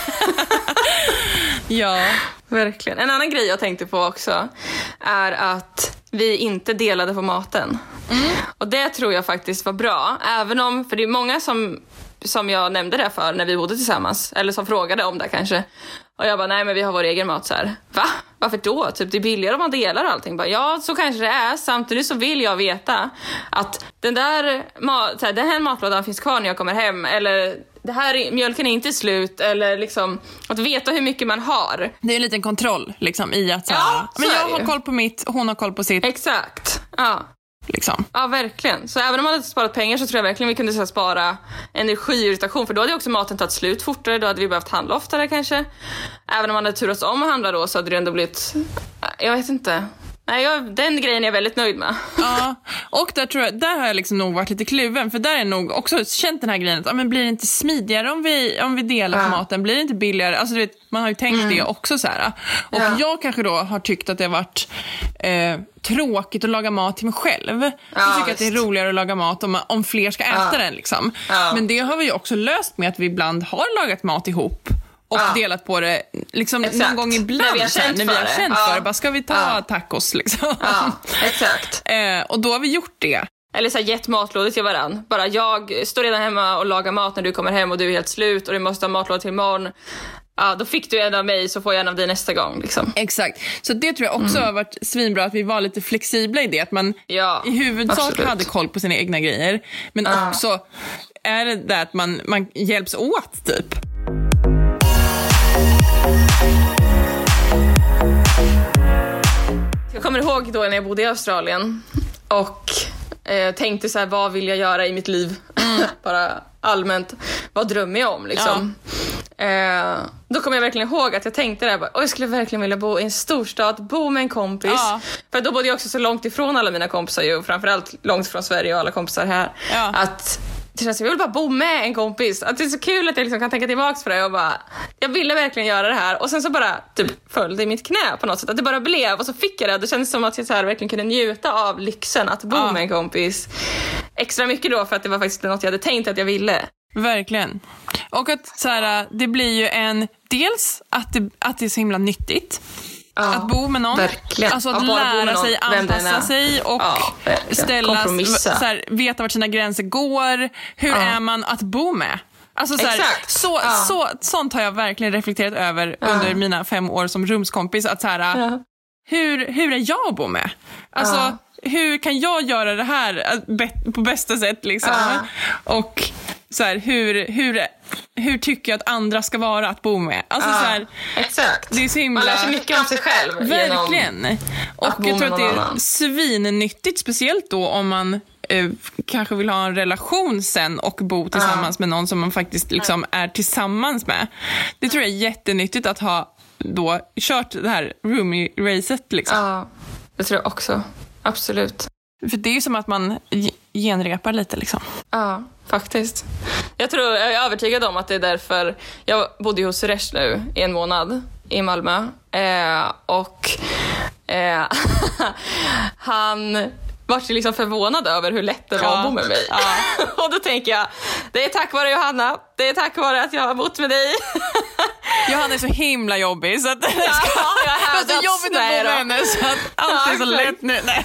Ja. Verkligen. En annan grej jag tänkte på också är att vi inte delade på maten. Mm. Och det tror jag faktiskt var bra. Även om, för det är många som, som jag nämnde det för när vi bodde tillsammans. Eller som frågade om det kanske. Och jag bara, nej men vi har vår egen mat så här. Va? Varför då? Typ det är billigare om man delar allting. Bara, ja, så kanske det är. Samtidigt så vill jag veta att den där mat, så här, den här matlådan finns kvar när jag kommer hem. Eller det här mjölken är inte slut. Eller liksom att veta hur mycket man har. Det är en liten kontroll liksom i att så här, Ja, så men jag är det har ju. koll på mitt, hon har koll på sitt. Exakt, ja. Liksom. Ja, verkligen. Så även om man hade sparat pengar så tror jag verkligen vi kunde så här, spara energi och irritation. För då hade också maten tagit slut fortare. Då hade vi behövt handla oftare kanske. Även om man hade turats om att handla då så hade det ändå blivit... Jag vet inte. Nej, jag, den grejen är jag väldigt nöjd med. Ja, och där tror jag, där har jag liksom nog varit lite kluven. För där är jag nog också känt den här grejen att, ja, men blir det inte smidigare om vi, om vi delar på Ja. maten? Blir det inte billigare? Alltså du vet, man har ju tänkt det också så här. Och Ja. jag kanske då har tyckt att det har varit eh, tråkigt att laga mat till mig själv. Jag Ja, tycker att det är visst. roligare att laga mat om, om fler ska äta Ja. den liksom. Ja. Men det har vi ju också löst med att vi ibland har lagat mat ihop. Och Ja. delat på det liksom Exakt. någon gång ibland När vi har så här, känt när vi för har det. känt Ja. för det. Bara, ska vi ta Ja. tacos liksom? Ja, exakt. Eh, och då har vi gjort det. Eller så här, gett matlådor till varann. Bara jag står redan hemma och lagar mat när du kommer hem och du är helt slut och du måste ha matlådor till imorgon. Ja, då fick du en av mig så får jag en av dig nästa gång liksom. Exakt. Så det tror jag också Mm. har varit svinbra att vi var lite flexibla i det. Att man Ja, i huvudsak absolut. hade koll på sina egna grejer. Men Ja. också är det där att man, man hjälps åt typ. Jag kommer ihåg då när jag bodde i Australien och eh, tänkte så här, vad vill jag göra i mitt liv? Bara allmänt, vad drömmer jag om liksom? Eh, då kommer jag verkligen ihåg att jag tänkte där, bara, jag skulle verkligen vilja bo i en storstad, bo med en kompis. Ja. För då bodde jag också så långt ifrån alla mina kompisar ju, och framförallt långt från Sverige och alla kompisar här. Ja. Att det känns, jag vill bara bo med en kompis. Att det är så kul att jag liksom kan tänka tillbaka på det och bara, jag ville verkligen göra det här. Och sen så bara typ föll det i mitt knä på något sätt. Att det bara blev och så fick jag det. Det kändes som att jag så här verkligen kunde njuta av lyxen att bo Ja. med en kompis. Extra mycket då för att det var faktiskt något jag hade tänkt att jag ville. Verkligen. Och att så här, det blir ju en... Dels att det, att det är så himla nyttigt. Ja, att bo med någon. verkligen. Alltså att Ja, bara bo med lära någon, sig, vem den anpassa är. sig och Ja, verkligen. ställa, Kompromissa. så här, veta vart sina gränser går. Hur Ja. är man att bo med? Alltså så, här, Exakt. så, Ja. så sånt har jag verkligen reflekterat över Ja. under mina fem år som rumskompis. Att så här, Ja. hur, hur är jag att bo med? Alltså, Ja. hur kan jag göra det här på bästa sätt liksom? Ja. Och så här, hur, hur, hur tycker jag att andra ska vara att bo med? Alltså Ja, så här, exakt. det är så himla... Man lär sig mycket om sig själv. Verkligen. Genom Och att bo jag tror med att det någon är annan. svinnyttigt, speciellt då om man eh, kanske vill ha en relation sen och bo tillsammans med någon som man faktiskt liksom är tillsammans med. Det tror jag är jättenyttigt att ha då kört det här roomie-racet liksom. Ja, det tror jag också. Absolut. För det är ju som att man ge- genrepar lite liksom. Ja, faktiskt. Jag tror, jag är övertygad om att det är därför jag bodde ju hos Suresh nu i en månad i Malmö. Eh, och eh, han var ju liksom förvånad över hur lätt det var Ja. att bo med mig. Ja. Och då tänker jag, det är tack vare Johanna. Det är tack vare att jag har bott med dig. Johanna är så himla jobbig så att Ja, jag det är så hävdat, jobbigt att nej bo med då. henne så att allt är så Ja, exakt. lätt nu. Nej.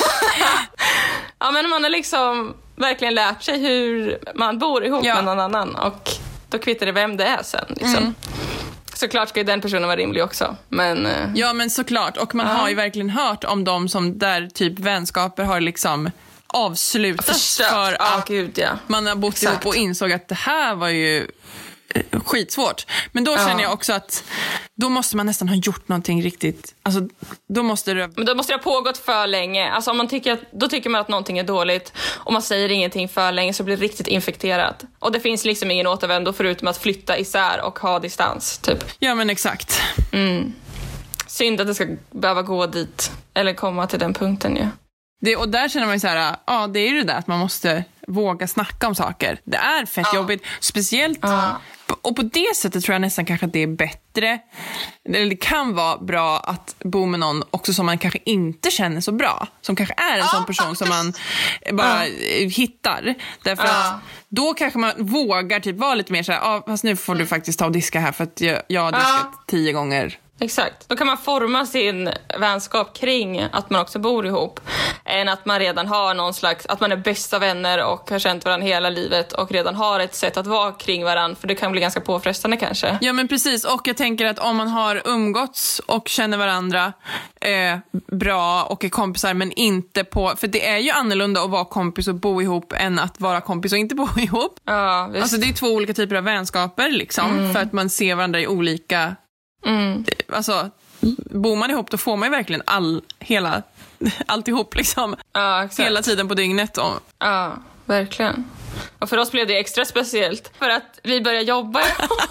Ja, men man har liksom verkligen lärt sig hur man bor ihop Ja. med någon annan. Och då kvittar det vem det är sen. Liksom. Mm. Såklart ska ju den personen vara rimlig också. Men eh, Ja, men såklart. Och man Ja. har ju verkligen hört om de som där typ vänskaper har liksom avslutats förstört. för Ja, att gud ja. man har bott Exakt. ihop och insåg att det här var ju eh, skitsvårt. Men då känner jag också att då måste man nästan ha gjort någonting riktigt. Alltså, då måste det... Men då måste det ha pågått för länge. Alltså om man tycker att, då tycker man att någonting är dåligt och man säger ingenting för länge så blir det riktigt infekterat. Och det finns liksom ingen återvändo förutom att flytta isär och ha distans, typ. Ja, men exakt. Mm. Synd att det ska behöva gå dit. Eller komma till den punkten ju. Det, och där känner man ju så här, ja det är ju det där att man måste våga snacka om saker. Det är fett ja. jobbigt, speciellt ja. och på det sättet tror jag nästan kanske att det är bättre, eller det kan vara bra att bo med någon också som man kanske inte känner så bra, som kanske är en ja, sån person faktiskt. Som man bara ja. hittar, därför ja. att då kanske man vågar typ vara lite mer så här, ja fast nu får du faktiskt ta och diska här för att jag, jag har diskat ja. tio gånger. Exakt. Då kan man forma sin vänskap kring att man också bor ihop, än att man redan har någon slags, att man är bästa vänner och har känt varandra hela livet och redan har ett sätt att vara kring varandra, för det kan bli ganska påfrestande kanske. Ja men precis, och jag tänker att om man har umgåtts och känner varandra eh, bra och är kompisar men inte på, för det är ju annorlunda att vara kompis och bo ihop än att vara kompis och inte bo ihop. Ja, visst. Alltså det är två olika typer av vänskaper liksom, mm. för att man ser varandra i olika. Mm. Alltså, bor man ihop då får man ju verkligen all, hela, alltihop liksom. Ja, exakt. Hela tiden på dygnet. Och... Ja, verkligen. Och för oss blev det extra speciellt för att vi började jobba.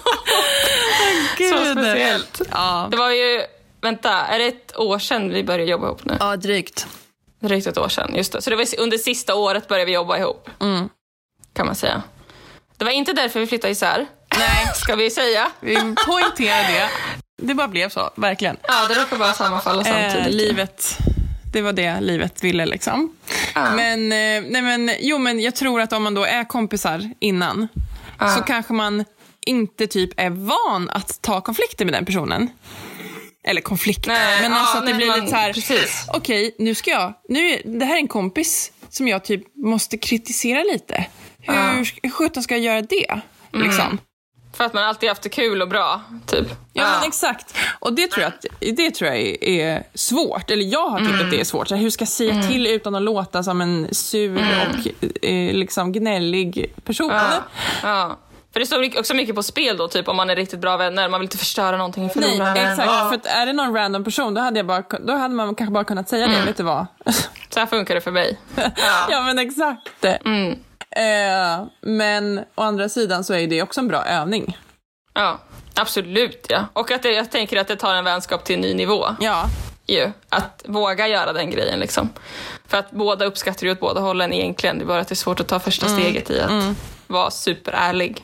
Så speciellt. Ja. Det var ju, vänta, är det ett år sedan vi började jobba ihop nu? Ja, drygt. Drygt ett år sedan, just det. Så det var under sista året började vi jobba ihop. Mm. Kan man säga. Det var inte därför vi flyttade isär. Nej, ska vi säga. Vi poängterar det. Det bara blev så, verkligen. Ja, det råkar bara sammanfalla samtidigt. Eh, livet, det var det livet ville liksom. Ja. Men, eh, nej men, jo men jag tror att om man då är kompisar innan ja. så kanske man inte typ är van att ta konflikter med den personen. Eller konflikter. Nej, men alltså ja, att det nej, blir man, lite så här, okej, okay, nu ska jag, nu, det här är en kompis som jag typ måste kritisera lite. Hur, ja. hur sjutton ska jag göra det? Liksom. Mm. För att man alltid haft det kul och bra, typ. Ja, ja. Men exakt. Och det tror jag, att, det tror jag är svårt. Eller jag har tyckt mm. att det är svårt. Så hur ska jag säga mm. till utan att låta som en sur mm. och eh, liksom gnällig person? Ja. ja. För det står också mycket på spel då, typ om man är riktigt bra vänner. Man vill inte förstöra någonting för någon. Nej, exakt. Ja. För att är det någon random person, då hade, jag bara, då hade man kanske bara kunnat säga mm. det, vet du vad? Så här funkar det för mig. Ja, ja men exakt. Mm. Eh, men å andra sidan så är det också en bra övning. Ja, absolut, ja. Och att det, jag tänker att det tar en vänskap till en ny nivå. Ja. Ju, att våga göra den grejen liksom. För att båda uppskattar ju åt båda hållen egentligen. Det är bara att det är svårt att ta första mm. steget i att mm. vara superärlig.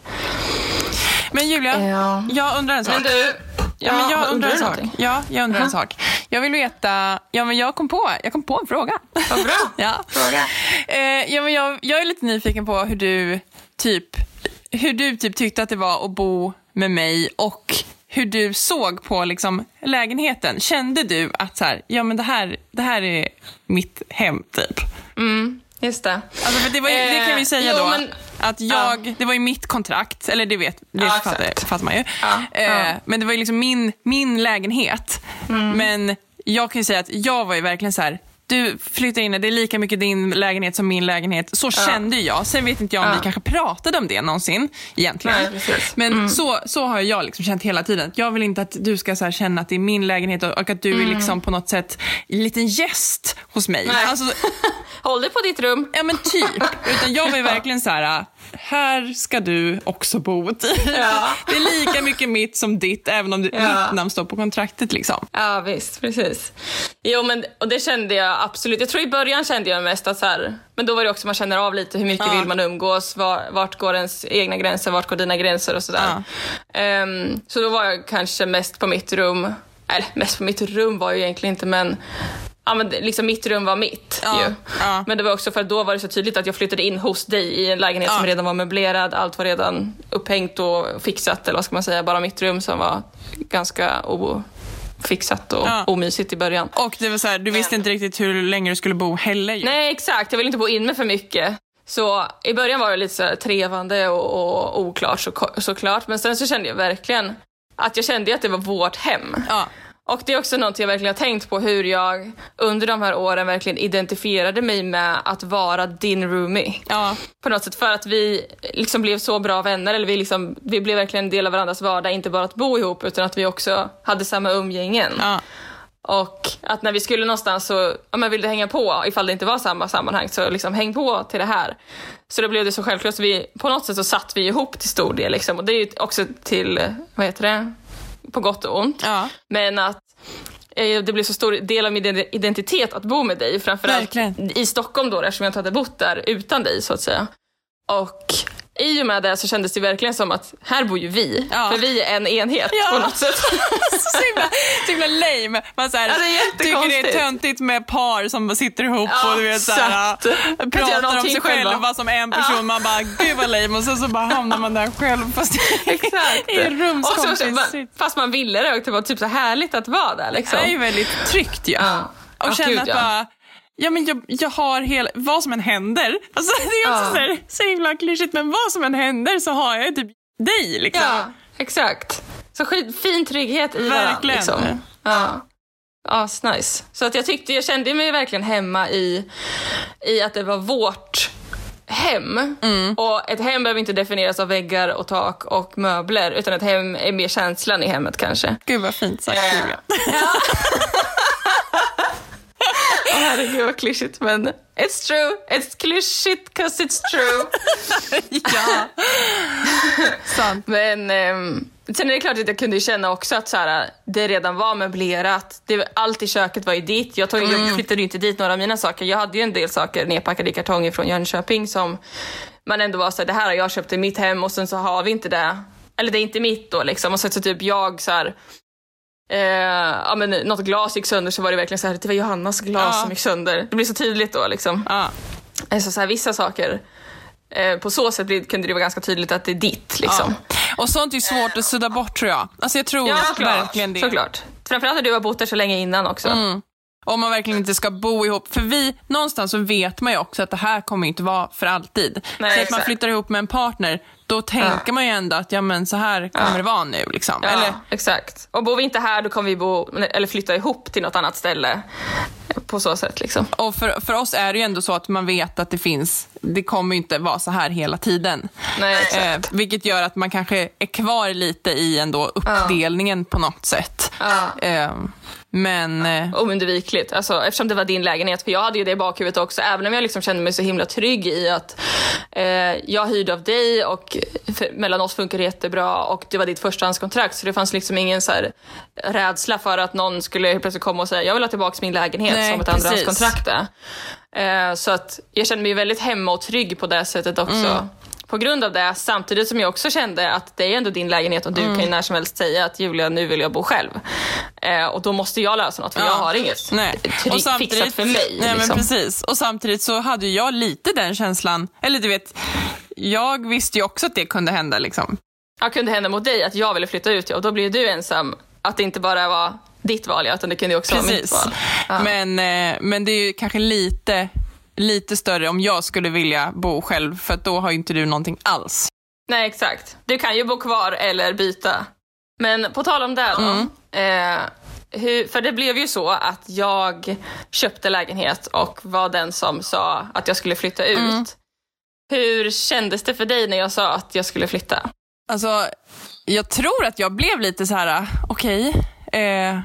Men Julia, ja. jag undrar en sak. Men du... Ja, men jag undrar en sak. Ja, jag undrar ja. en sak. Jag vill veta, ja men jag kom på, jag kom på en fråga. Vad bra. ja. Fråga. Eh, ja men jag, jag är lite nyfiken på hur du typ hur du typ tyckte att det var att bo med mig och hur du såg på liksom lägenheten. Kände du att så här, ja men det här det här är mitt hem typ. Mm. Just det. Alltså för det, var, eh, det kan vi säga jo, då men, att jag, ja. det var ju mitt kontrakt, eller det vet det ja, fattar, fattar man ju. Ja, eh, ja. Men det var ju liksom min, min lägenhet. Mm. Men jag kan ju säga att jag var ju verkligen så här, du flyttar in, det är lika mycket din lägenhet som min lägenhet. Så ja. kände jag. Sen vet inte jag om ja. vi kanske pratade om det någonsin egentligen. Nej, men mm. så, så har jag liksom känt hela tiden. Jag vill inte att du ska så här känna att det är min lägenhet och att du mm. är liksom på något sätt en liten gäst hos mig. Alltså, håll dig på ditt rum. Ja men typ. Utan jag var ju verkligen så här, här ska du också bo typ. Ja. Det är lika mycket mitt som ditt, även om det, ja. mitt namn står på kontraktet liksom. Ja visst, precis. Jo men, och det kände jag absolut. Jag tror i början kände jag mest att så här, men då var det också man känner av lite hur mycket ja. vill man umgås, var, vart går ens egna gränser, vart går dina gränser och sådär. Ja. Um, så då var jag kanske mest på mitt rum, eller mest på mitt rum var jag egentligen inte, men ja, men liksom mitt rum var mitt ja, ju. Ja. Men det var också för att då var det så tydligt att jag flyttade in hos dig i en lägenhet ja. som redan var möblerad. Allt var redan upphängt och fixat, eller vad ska man säga. Bara mitt rum som var ganska ofixat och ja. omysigt i början. Och det var så här, du visste men... inte riktigt hur länge du skulle bo heller ju. Nej, exakt. Jag ville inte bo in med för mycket. Så i början var det lite så här trevande och, och oklart så, såklart. Men sen så kände jag verkligen att jag kände att det var vårt hem. Ja. Och det är också något jag verkligen har tänkt på, hur jag under de här åren verkligen identifierade mig med att vara din roomie. Ja. På något sätt, för att vi liksom blev så bra vänner, eller vi, liksom, vi blev verkligen en del av varandras vardag, inte bara att bo ihop utan att vi också hade samma umgängen. Ja. Och att när vi skulle någonstans så, om man ville hänga på, ifall det inte var samma sammanhang, så liksom häng på till det här. Så då blev det så självklart, så vi, på något sätt så satt vi ihop till stor del liksom. Och det är ju också till, vad heter det? På gott och ont. Ja. Men att det blev så stor del av min identitet att bo med dig. Framförallt Verkligen. i Stockholm då, eftersom jag inte hade bott där utan dig så att säga. Och i och med det så kändes det verkligen som att här bor ju vi. Ja. För vi är en enhet Ja. på något sätt. så himla, så himla lame. Man så här, Ja, det är tycker det är töntigt med par som bara sitter ihop Ja, och du vet, så här, exakt. pratar om sig själva. själva som en person. Ja. Man bara, gud vad lame. Och sen så bara hamnar man där själv. Fast Exakt. i en rumskompis. Fast man ville det och det var typ så härligt att vara där. Liksom. Det är ju väldigt tryggt ju. Ja. Och Ja, känna gud, att ja. bara, ja men jag, jag har hela, vad som än händer. Alltså det är också Ja. så, här, så himla klyschigt, men vad som än händer så har jag typ dig liksom. Ja, exakt. Så skit, fin trygghet i varandra. Verkligen. Liksom. Ja. Ja, nice. Så att jag tyckte, jag kände mig verkligen hemma i, i att det var vårt hem. Mm. Och ett hem behöver inte definieras av väggar och tak och möbler, utan ett hem är mer känslan i hemmet kanske. Gud vad fint sagt, Ja. Julia. Åh, herregud vad klyschigt, men it's true. It's klyschigt 'cause it's true. Ja. Sant. Men ehm, sen är det klart att jag kunde känna också att så här, det redan var möblerat. Det, allt i köket var ju ditt. Jag, tog, Mm. jag flyttade ju inte dit några av mina saker. Jag hade ju en del saker nedpackade i kartonger från Jönköping som man ändå var så här, det här har jag köpt i mitt hem och sen så har vi inte det. Eller det är inte mitt då liksom. Och så, så typ jag så här, eh, ja, men något glas gick sönder så var det verkligen så här, det var Johannas glas Ja. som gick sönder. Det blir så tydligt då liksom. Ja. Alltså så här, vissa saker eh, på så sätt blir- kunde det vara ganska tydligt att det är ditt liksom. Ja. Och sånt är ju svårt att sudda bort, tror jag. Alltså jag tror Ja, såklart. verkligen det. Såklart. Framförallt när du har bott där så länge innan också. Mm. Om man verkligen inte ska bo ihop. För vi, någonstans så vet man ju också att det här kommer inte vara för alltid. Nej, så att exakt. man flyttar ihop med en partner, då tänker Ja. man ju ändå att ja, men så här kommer Ja. det vara nu. Liksom. Ja, Eller, exakt. Och bor vi inte här, då kommer vi bo eller flytta ihop till något annat ställe på så sätt liksom. och för, för oss är det ju ändå så att man vet att det finns, det kommer ju inte vara så här hela tiden. Nej, exakt. Eh, vilket gör att man kanske är kvar lite i ändå uppdelningen på något sätt. Ja. Eh, men... Eh, Oundvikligt, alltså, eftersom det var din lägenhet. För jag hade ju det i bakhuvudet också. Även om jag liksom kände mig så himla trygg i att eh, jag hyrde av dig och för, mellan oss funkar det jättebra och det var ditt förstahandskontrakt. Så det fanns liksom ingen så här rädsla för att någon skulle helt plötsligt komma och säga jag vill ha tillbaka min lägenhet. Nej, som ett precis. andrahandskontrakt är. Eh, så att jag kände mig väldigt hemma och trygg på det sättet också. Mm. På grund av det, samtidigt som jag också kände att det är ändå din lägenhet och du Mm. kan ju när som helst säga att Julia, nu vill jag bo själv. Eh, och då måste jag lösa något, för Ja. jag har inget Nej. trygg, fixat för mig. Nej, liksom. men precis. Och samtidigt så hade ju jag lite den känslan, eller du vet, jag visste ju också att det kunde hända liksom. Jag kunde hända mot dig att jag ville flytta ut, och då blir du ensam. Att det inte bara var ditt val, utan det kunde ju också vara mitt Precis. val. Ja. Men, eh, men det är ju kanske lite, lite större om jag skulle vilja bo själv, för att då har ju inte du någonting alls. Nej, exakt. Du kan ju bo kvar eller byta. Men på tal om det då. Mm. Eh, hur, för det blev ju så att jag köpte lägenhet och var den som sa att jag skulle flytta ut. Mm. Hur kändes det för dig när jag sa att jag skulle flytta? Alltså, jag tror att jag blev lite så här, okej, eh,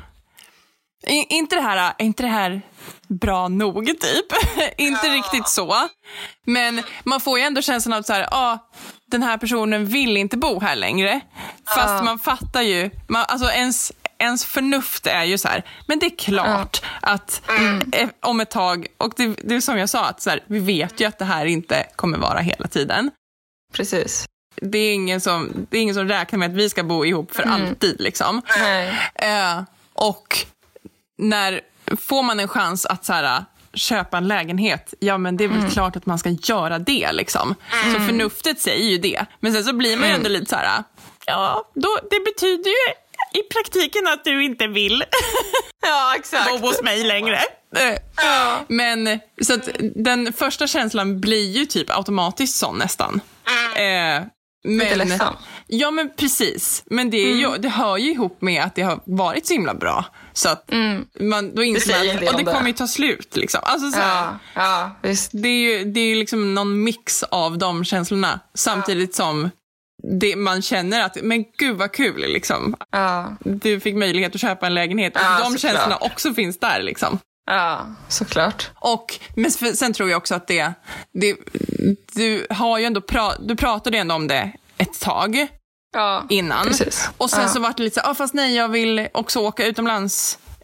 i- inte det här, inte det här bra nog typ, inte riktigt så, men man får ju ändå känslan av så här, ja, den här personen vill inte bo här längre, fast Ja. man fattar ju, man, alltså ens, ens förnuft är ju så här, men det är klart att eh, om ett tag, och det, det är som jag sa, att så här, vi vet ju att det här inte kommer vara hela tiden. Precis. Det är ingen som, det är ingen som räknar med att vi ska bo ihop för alltid liksom. Nej. Eh, och när får man en chans att så här, köpa en lägenhet, ja men det är väl klart att man ska göra det liksom. Så förnuftet säger ju det. Men sen så blir man ju ändå lite så här, ja, då, det betyder ju i praktiken att du inte vill Ja, exakt. bo hos mig längre. Eh, Ja. Men så att den första känslan blir ju typ automatiskt sån nästan. Eh, Lite men, ledsam. ja men precis. Men det, är ju, det hör ju ihop med att det har varit så himla bra. Så att man, då inser säger man en del att och om det det. kommer ju ta slut liksom. Alltså, så här, Ja, ja, visst. det är ju det är ju liksom någon mix av de känslorna. Samtidigt som det, man känner att, men gud vad kul liksom. Ja, Du fick möjlighet att köpa en lägenhet. Och Ja, de såklart. känslorna också finns där liksom. ja, såklart. Och men sen tror jag också att det, det du har ju ändå pra, du pratade ändå om det ett tag Ja, innan. precis. Och sen Ja. så var det lite så, ah, fast nej, jag vill också åka utomlands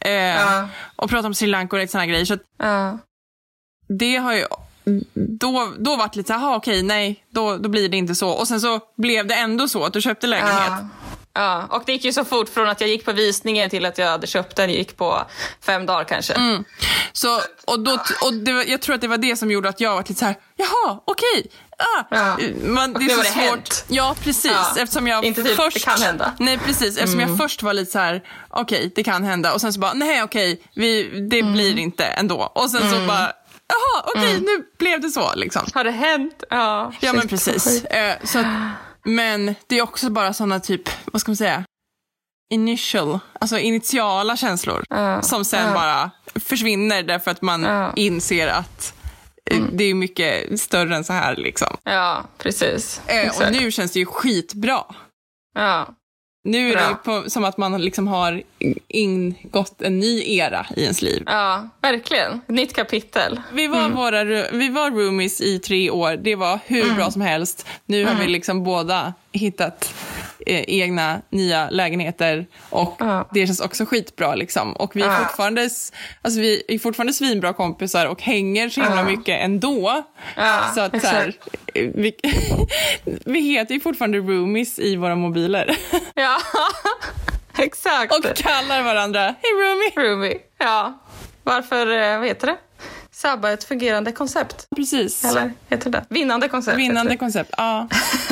Eh, Ja. Och prata om Sri Lanka och lite såna grejer. Så att Ja. det har ju då, då varit lite så här, okej, nej, då, då blir det inte så. Och sen så blev det ändå så att du köpte lägenhet. Ja. Ja, och det gick ju så fort från att jag gick på visningen till att jag hade köpt den, gick på fem dagar kanske. Mm. Så, och då, och det var, jag tror att det var det som gjorde att jag var lite så här, jaha, okej. Ah. Ja. Man, det är det så var det svårt. hänt. Ja, precis. Ja. Eftersom jag Inte typ, först, det kan hända. Nej, precis. Eftersom Mm. jag först var lite så här, okej, det kan hända. Och sen så bara, nej, okej, vi, det Mm. blir inte ändå. Och sen så bara, jaha, okej, Mm. nu blev det så liksom. Har det hänt? Ja, Ja, men shit. precis. Eh, så att, men det är också bara såna typ, vad ska man säga, initial, alltså initiala känslor Ja. som sen Ja. bara försvinner därför att man Ja. inser att eh, det är mycket större än så här liksom. Ja, precis. Eh, och Exakt. nu känns det ju skitbra. Ja. Nu är det Bra. ju på, som att man liksom har ingått en ny era i ens liv. Ja, verkligen. Nytt kapitel. Vi var, våra, ru- vi var roomies i tre år. Det var hur bra som helst. Nu har vi liksom båda hittat eh, egna nya lägenheter. Och Ja. det känns också skitbra. Liksom. Och vi är, Ja. fortfarande, s- alltså vi är fortfarande svinbra kompisar och hänger så himla Ja. mycket ändå. Ja, så att så här, exakt. eh, vi, vi heter ju fortfarande roomies i våra mobiler. Ja, exakt. Och kallar varandra, hej roomie. Roomie. Ja. Varför, eh, vad heter det? Sabba ett fungerande koncept. Precis. Eller heter det? Vinnande koncept. Vinnande heter det. koncept, ja.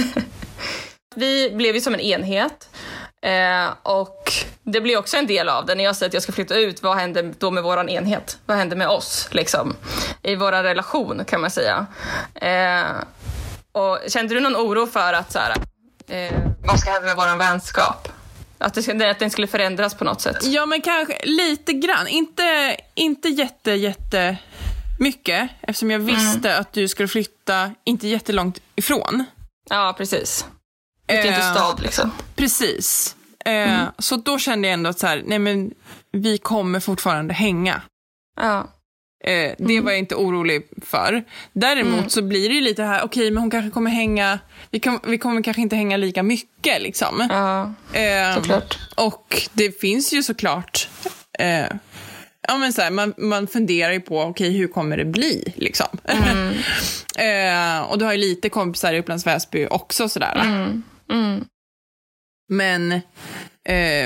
Vi blev ju som en enhet. Eh, och det blir också en del av det. När jag säger att jag ska flytta ut, vad händer då med våran enhet? Vad händer med oss, liksom? I våran relation, kan man säga. Eh, och kände du någon oro för att så här, eh, vad ska hända med våran vänskap? Att, det, att den skulle förändras på något sätt? Ja, men kanske lite grann. Inte, inte jätte, jätte mycket. Eftersom jag visste Mm. att du skulle flytta inte jättelångt ifrån. Ja, precis. Ute i Eh, inte stad, liksom. Precis. Eh, Mm. Så då kände jag ändå att så här, nej men vi kommer fortfarande hänga. Ja. Eh, det var jag inte orolig för. Däremot Mm. så blir det ju lite här, okej, men hon kanske kommer hänga, vi, kan, vi kommer kanske inte hänga lika mycket liksom. Ja, Eh, såklart. Och det finns ju såklart eh, ja, men så här, man, man funderar ju på okej, hur kommer det bli liksom. Mm. eh, och du har ju lite kompisar i Upplands Väsby också sådär. Mm. Mm. Men eh,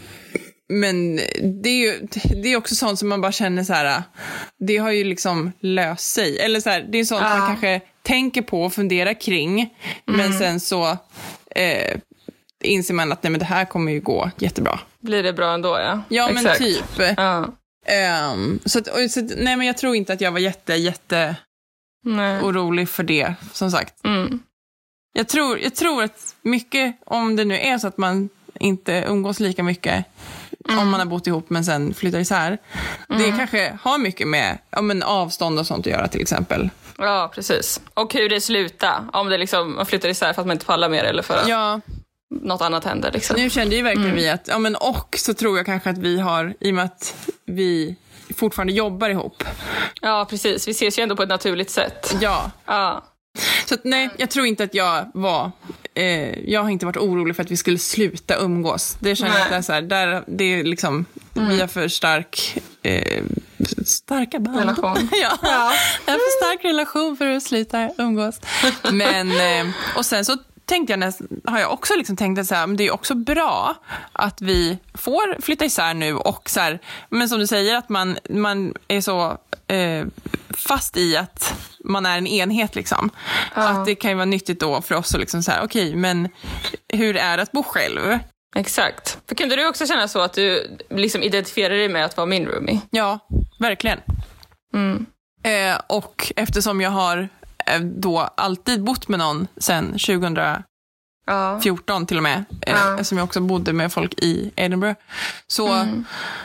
men det är ju det är också sånt som man bara känner så här, det har ju liksom löst sig. Eller så här, det är sånt Ja. man kanske tänker på och funderar kring. Men sen så eh, inser man att nej, men det här kommer ju gå jättebra. Blir det bra ändå, ja? Ja, men Exakt. typ. Ja. Um, så, att, och, så att, nej, men jag tror inte att jag var jätte, jätte Nej. orolig för det, som sagt. Mm. Jag tror, jag tror att mycket, om det nu är så att man inte umgås lika mycket Mm. om man har bott ihop men sen flyttar isär. Mm. Det kanske har mycket med ja, men avstånd och sånt att göra till exempel. Ja, precis. Och hur det slutar. Om det liksom, man flyttar isär för att man inte pallar mer eller för att Ja, något annat händer. Liksom. nu kände ju verkligen Mm. vi att, ja men och så tror jag kanske att vi har, i och med att vi fortfarande jobbar ihop. Ja, precis. Vi ses ju ändå på ett naturligt sätt. Ja, Ja. så att, nej, jag tror inte att jag var eh, jag har inte varit orolig för att vi skulle sluta umgås. Det känner jag att det är så här, där, det är liksom Mm. vi har för stark eh, starka band. Relation. ja, Ja. jag har för stark relation för att sluta umgås. Men eh, och sen så tänkte jag näst, har jag också liksom tänkt att så här, men det är också bra att vi får flytta isär nu och så här, men som du säger att man, man är så eh, fast i att man är en enhet liksom. Ja. Att det kan ju vara nyttigt då för oss att liksom så här, okej, men hur är det att bo själv? Exakt. För kunde du också känna så att du liksom identifierar dig med att vara min roomie? Ja, verkligen. Mm. Eh, och eftersom jag har eh, då alltid bott med någon sedan tjugohundrafjorton Ja. till och med, eh, Ja. eftersom jag också bodde med folk i Edinburgh, så Mm.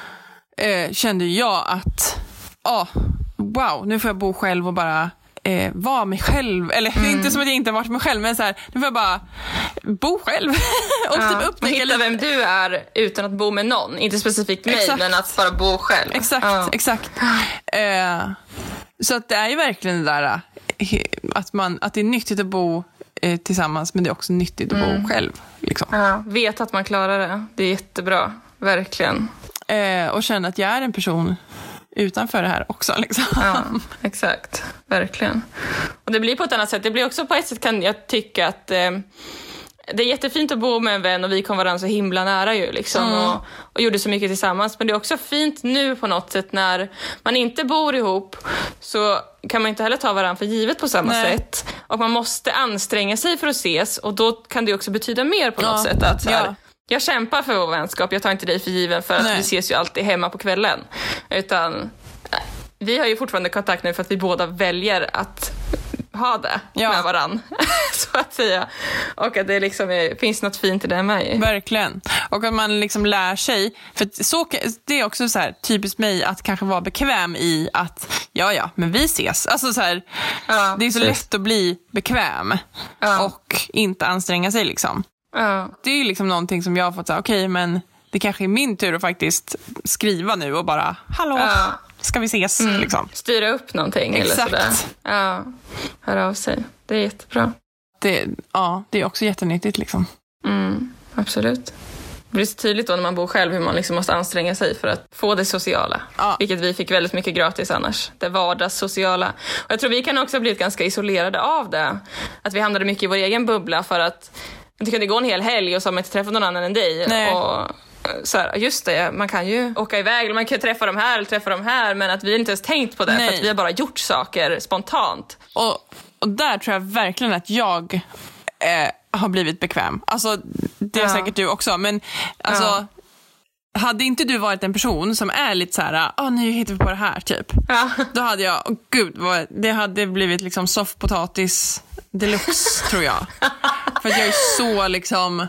eh, kände jag att ah, wow, nu får jag bo själv och bara eh, vara mig själv. Eller Mm. inte som att jag inte har varit mig själv, men så här, nu får jag bara bo själv och Ja. typ Och upptäcka hitta lite. vem du är utan att bo med någon. Inte specifikt mig, Exakt. men att bara bo själv. Exakt, Ja. exakt. Eh, så att det är ju verkligen det där eh, att, man, att det är nyttigt att bo eh, tillsammans, men det är också nyttigt att Mm. bo själv. Liksom. Ja, vet att man klarar det. Det är jättebra. Verkligen. Eh, och känna att jag är en person utanför det här också. Liksom. Ja, exakt. Verkligen. Och det blir på ett annat sätt. Det blir också på ett sätt kan jag tycka att eh, det är jättefint att bo med en vän och vi kom varandra så himla nära ju liksom mm. och, och gjorde så mycket tillsammans. Men det är också fint nu på något sätt när man inte bor ihop så kan man inte heller ta varandra för givet på samma Nej. sätt. Och man måste anstränga sig för att ses och då kan det också betyda mer på något ja. sätt att så här, ja. jag kämpar för vår vänskap, jag tar inte dig för given för att Nej. vi ses ju alltid hemma på kvällen. Utan vi har ju fortfarande kontakt nu för att vi båda väljer att ha det ja. med varann så att säga. Och att det liksom är, finns något fint i det med. Verkligen. Och att man liksom lär sig. För så, det är också så här typiskt mig att kanske vara bekväm i att ja, ja, men vi ses. Alltså så här, ja, det är så precis. lätt att bli bekväm ja. och inte anstränga sig liksom. Ja. Det är ju liksom någonting som jag har fått säga, okej, okay, men det kanske är min tur att faktiskt skriva nu och bara, hallå, ja. ska vi ses? Mm. Liksom. Styra upp någonting. Exakt. Eller sådär. Ja, höra av sig. Det är jättebra. Det, ja, det är också jättenyttigt liksom. Mm, absolut. Det blir så tydligt då när man bor själv hur man liksom måste anstränga sig för att få det sociala. Ja. Vilket vi fick väldigt mycket gratis annars. Det vardagssociala. Och jag tror vi kan också ha blivit ganska isolerade av det. Att vi hamnade mycket i vår egen bubbla för att det kunde gå en hel helg och så har man inte träffat någon annan än dig. Nej. Och så här, just det, man kan ju åka iväg, man kan träffa dem här eller träffa dem här, men att vi inte ens tänkt på det. Nej. För att vi har bara gjort saker spontant. Och, och där tror jag verkligen att jag eh, har blivit bekväm. Alltså, det är ja. säkert du också, men alltså ja. hade inte du varit en person som är lite så här, ah, nu hittar vi på det här typ. Ja. Då hade jag, oh, gud, vad, det hade blivit liksom soffpotatis deluxe tror jag. För att jag är så liksom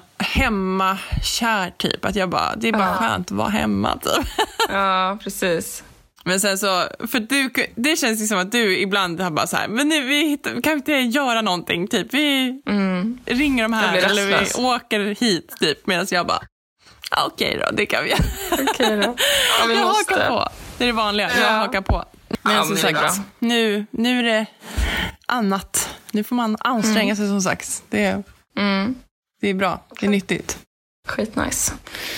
hemmakär typ. Att jag bara, det är bara ja. skönt att vara hemma typ. Ja, precis. Men sen så, för du, det känns ju som att du ibland har bara så här, men nu, vi hittar, kan vi inte göra någonting typ. Vi mm. ringer de här eller vi åker hit typ. Medan jag bara, okej okay då, det kan vi göra. Okej okay då. Ja, vi jag måste. hakar på. Det är det vanliga, ja. jag hakar på. Men ja, så sagt, nu, nu är det annat. Nu får man anstränga mm. sig som sagt. Det är, mm. det är bra, det är nyttigt. Skitnice.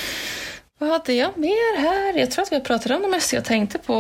Vad hade jag mer här? Jag tror att vi pratade om det mesta jag tänkte på.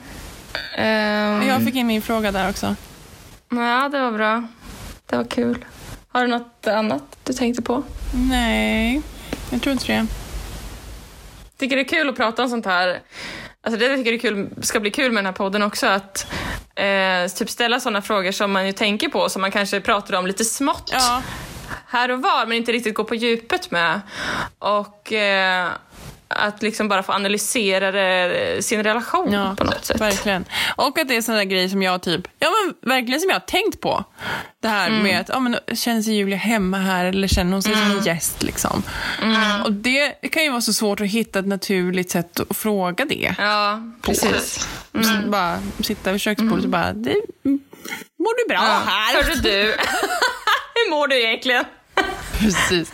Um... Jag fick in min fråga där också. Ja, det var bra. Det var kul. Har du något annat du tänkte på? Nej, jag tror inte det. Tycker det är kul att prata om sånt här. Alltså det tycker jag är kul, ska bli kul med den här podden också. Att eh, typ ställa sådana frågor som man ju tänker på. Som man kanske pratar om lite smått. Ja. Här och var, men inte riktigt gå på djupet med. Och eh, att liksom bara få analysera det, sin relation ja, på något sätt. Verkligen. Och att det är sådana grejer som jag typ, ja men verkligen som jag har tänkt på. Det här mm. med att, ja men känner sig Julia hemma här eller känner hon sig mm. som en gäst liksom. Mm. Och det kan ju vara så svårt att hitta ett naturligt sätt att fråga det. Ja, precis. Mm. Bara sitta vid köksbordet mm. och bara, det, mår du bra ja. här? Hörde du? Hur mår du egentligen? Precis.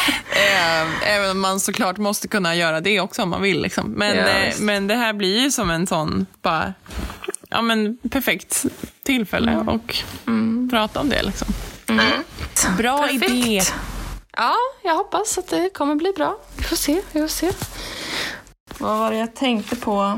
Även om man såklart måste kunna göra det också om man vill liksom. Men, yes. men det här blir ju som en sån bara, ja men perfekt tillfälle mm. och mm. prata om det liksom. Mm. Bra perfekt. idé. Ja, jag hoppas att det kommer bli bra. Vi får se, vi får se. Vad var det jag tänkte på?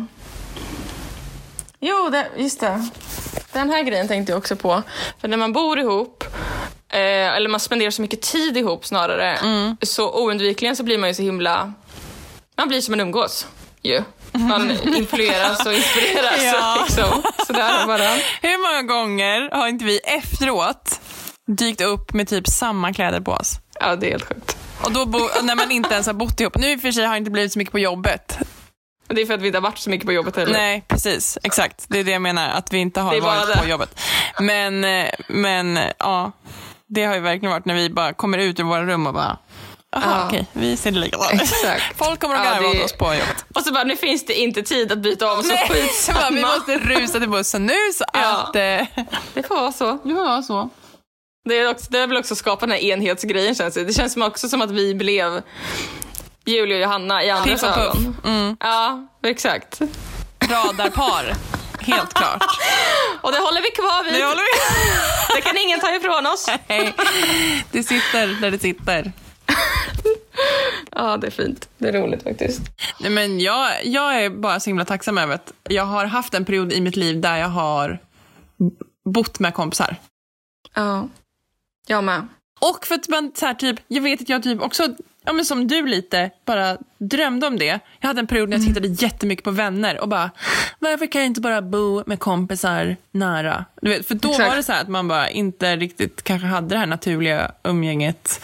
Jo, det, just det. Den här grejen tänkte jag också på. För när man bor ihop Eh, eller man spenderar så mycket tid ihop snarare mm. så oundvikligen så blir man ju så himla, man blir som en umgås ju. Man influeras och inspireras ja. liksom, sådär bara. Hur många gånger har inte vi efteråt dykt upp med typ samma kläder på oss? Ja, det är helt sjukt. Och då bo- när man inte ens har bott ihop. Nu i och för sig har inte blivit så mycket på jobbet. Det är för att vi inte har varit så mycket på jobbet heller. Nej, precis. Exakt. Det är det jag menar. Att vi inte har varit det. på jobbet. Men, men ja, det har ju verkligen varit när vi bara kommer ut ur våra rum och bara, aha, ja. okej, vi ser det likadant. Exakt. Folk kommer att ja, garva det... åt oss på jobbet. Och så bara, nu finns det inte tid att byta om, så skitsamma. Vi måste rusa till bussen nu så ja. att... Det får vara så. Det får vara så. Det är, också, det är väl också skapa den här enhetsgrejen, känns det. Det känns som också som att vi blev Julia och Johanna i andras ögon. Mm. Ja, exakt. Radarpar. Helt klart. Och det håller vi kvar vid. Det håller vi. Det kan ingen ta ifrån oss. Nej. Det sitter där det sitter. Ja, det är fint. Det är roligt faktiskt. Nej, men jag, jag är bara så himla tacksam över att jag har haft en period i mitt liv där jag har bott med kompisar. Ja, jag med. Och för att man så här, typ, jag vet att jag typ också, ja men som du lite, bara drömde om det. Jag hade en period när jag tittade jättemycket på vänner och bara, varför kan jag inte bara bo med kompisar nära? Du vet, för då Exakt. var det så här att man bara inte riktigt kanske hade det här naturliga umgänget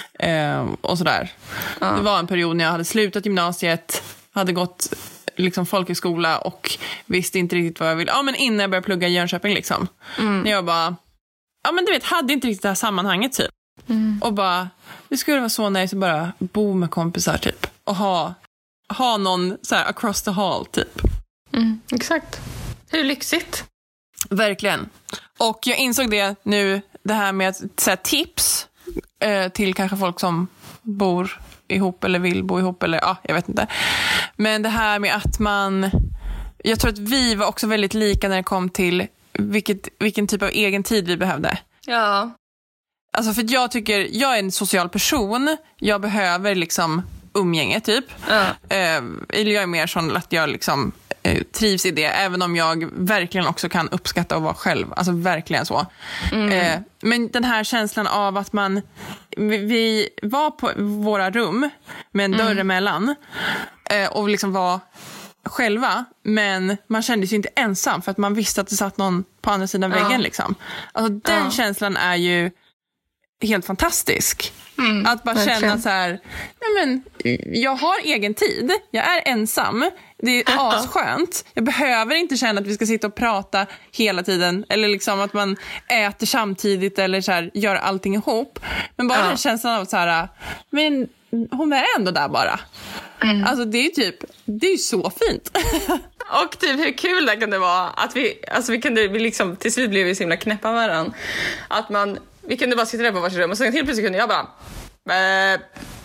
eh, och sådär. Ja. Det var en period när jag hade slutat gymnasiet, hade gått liksom folkhögskola och visste inte riktigt vad jag ville. Ja, men innan jag började plugga i Jönköping liksom. Mm. När jag bara, ja men du vet, hade inte riktigt det här sammanhanget typ. Mm. Och bara, det skulle vara så nice att bara bo med kompisar typ. Och ha, ha någon så här across the hall typ. Mm, exakt. Hur lyxigt. Verkligen. Och jag insåg det nu, det här med att så här, tips eh, till kanske folk som bor ihop eller vill bo ihop eller ja, jag vet inte. Men det här med att man, jag tror att vi var också väldigt lika när det kom till vilket, vilken typ av egen tid vi behövde. Ja. Alltså för att jag tycker, jag är en social person. Jag behöver liksom umgänge typ. Ja. Eh, eller jag är mer sån att jag liksom eh, trivs i det. Även om jag verkligen också kan uppskatta att vara själv. Alltså verkligen så. Mm. Eh, men den här känslan av att man, vi, vi var på våra rum med en dörr emellan. Eh, och liksom var själva, men man kände sig inte ensam för att man visste att det satt någon på andra sidan Ja. väggen liksom. Alltså den Ja. känslan är ju helt fantastisk. Mm, att bara verkligen. känna så här, nej men jag har egen tid, jag är ensam, det är asskönt, jag behöver inte känna att vi ska sitta och prata hela tiden eller liksom att man äter samtidigt eller så här, gör allting ihop, men bara Ja. den känslan av så här, men hon är ändå där bara. Mm. Alltså det är ju typ, det är ju så fint. Och typ hur kul det kunde vara att vi, alltså vi kunde, vi liksom, till slut blev vi så himla knäppa varann. Att man, vi kunde bara sitta där på varsitt rum och sen helt plötsligt kunde jag bara Bäh.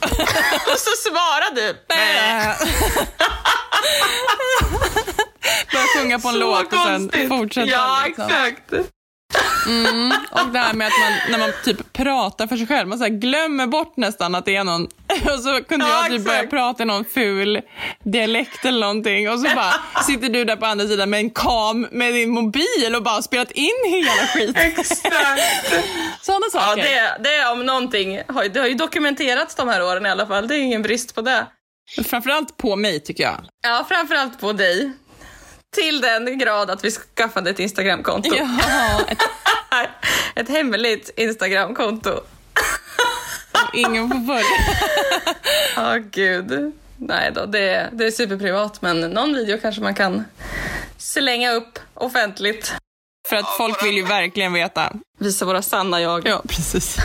Och så svarade du Bäh. Börja sjunga på en Så låt och sen konstigt. fortsätta. Ja, liksom. exakt. Mm. Och det här med att man, när man typ pratar för sig själv, man så här glömmer bort nästan att det är någon, och så kunde Ja, jag typ börja exakt. prata i någon ful dialekt eller någonting, och så bara sitter du där på andra sidan med en kam med din mobil och bara spelat in hela skiten. Exakt. Sådana Ja, saker. det, det är om någonting. har- Det har ju dokumenterats de här åren i alla fall. Det är ingen brist på det. Framförallt på mig tycker jag. Ja, framförallt på dig. Till den grad att vi skaffade ett Instagramkonto. Ja, ett, Ett hemligt Instagramkonto. ingen får börja. Ja, gud. Nej då, det är, det är superprivat. Men någon video kanske man kan slänga upp offentligt. För att folk vill ju verkligen veta. Visa våra sanna jag. Ja, precis.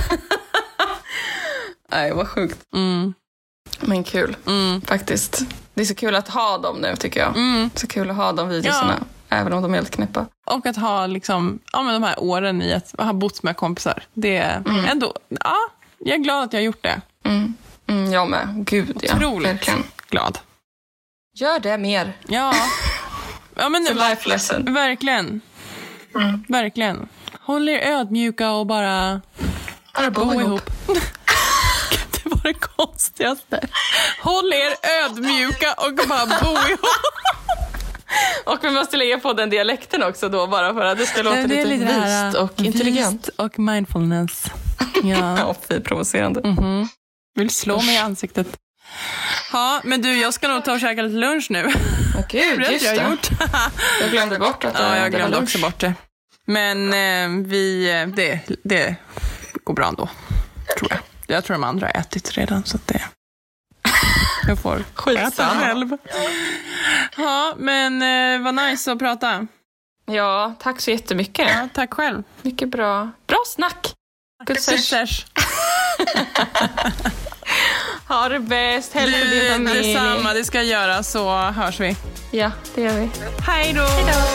Nej, vad sjukt. Mm. Men kul, Mm. faktiskt. Det är så kul att ha dem nu, tycker jag. Mm. Så kul att ha de videorna. Även om de är helt knäppa. Och att ha liksom, ja, men de här åren i att ha bott med kompisar. Det är Mm. ändå, ja, jag är glad att jag har gjort det. Mm. Mm, jag med. Gud, ja. Otroligt Verkligen. glad. Gör det mer. Ja, ja men It's a life lesson. verkligen. Mm. Verkligen. Håll er ödmjuka och bara Bara bo bo ihop. ihop. Det var det konstigaste. Håll er ödmjuka och bara bo ihop. Och vi måste lägga på den dialekten också då, bara för att det ska låta Det är lite, lite det här, vist och intelligent. Vist och mindfulness. Ja. Ja, fy provocerande. Mhm. Vill slå mig i ansiktet. Ja, men du, jag ska nog ta och käka lite lunch nu. Ja, gud, Rätt just jag det. har gjort. Jag glömde bort att det, Ja, jag det var glömde lunch. också bort det. Men eh, vi, eh, det, det går bra ändå, tror jag. Jag tror de andra har ätit redan, så att det... Jag får äta Skitsamma. själv. Ja, men eh, vad nice att prata. Ja, tack så jättemycket. Ja, tack själv. Mycket bra. Bra snack. Good sesh. Sesh. Ha det bäst. Hälsa din Du, familj. detsamma, det ska jag göra, så hörs vi. Ja, det gör vi. Hej då!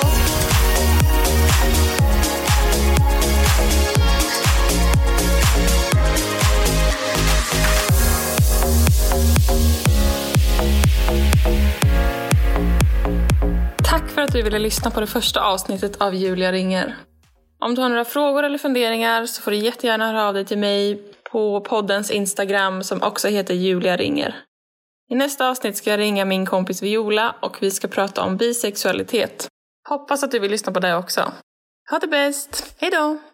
Tack för att du ville lyssna på det första avsnittet av Julia ringer. Om du har några frågor eller funderingar så får du jättegärna höra av dig till mig på poddens Instagram som också heter Julia ringer. I nästa avsnitt ska jag ringa min kompis Viola och vi ska prata om bisexualitet. Hoppas att du vill lyssna på det också. Ha det bäst! Hej då!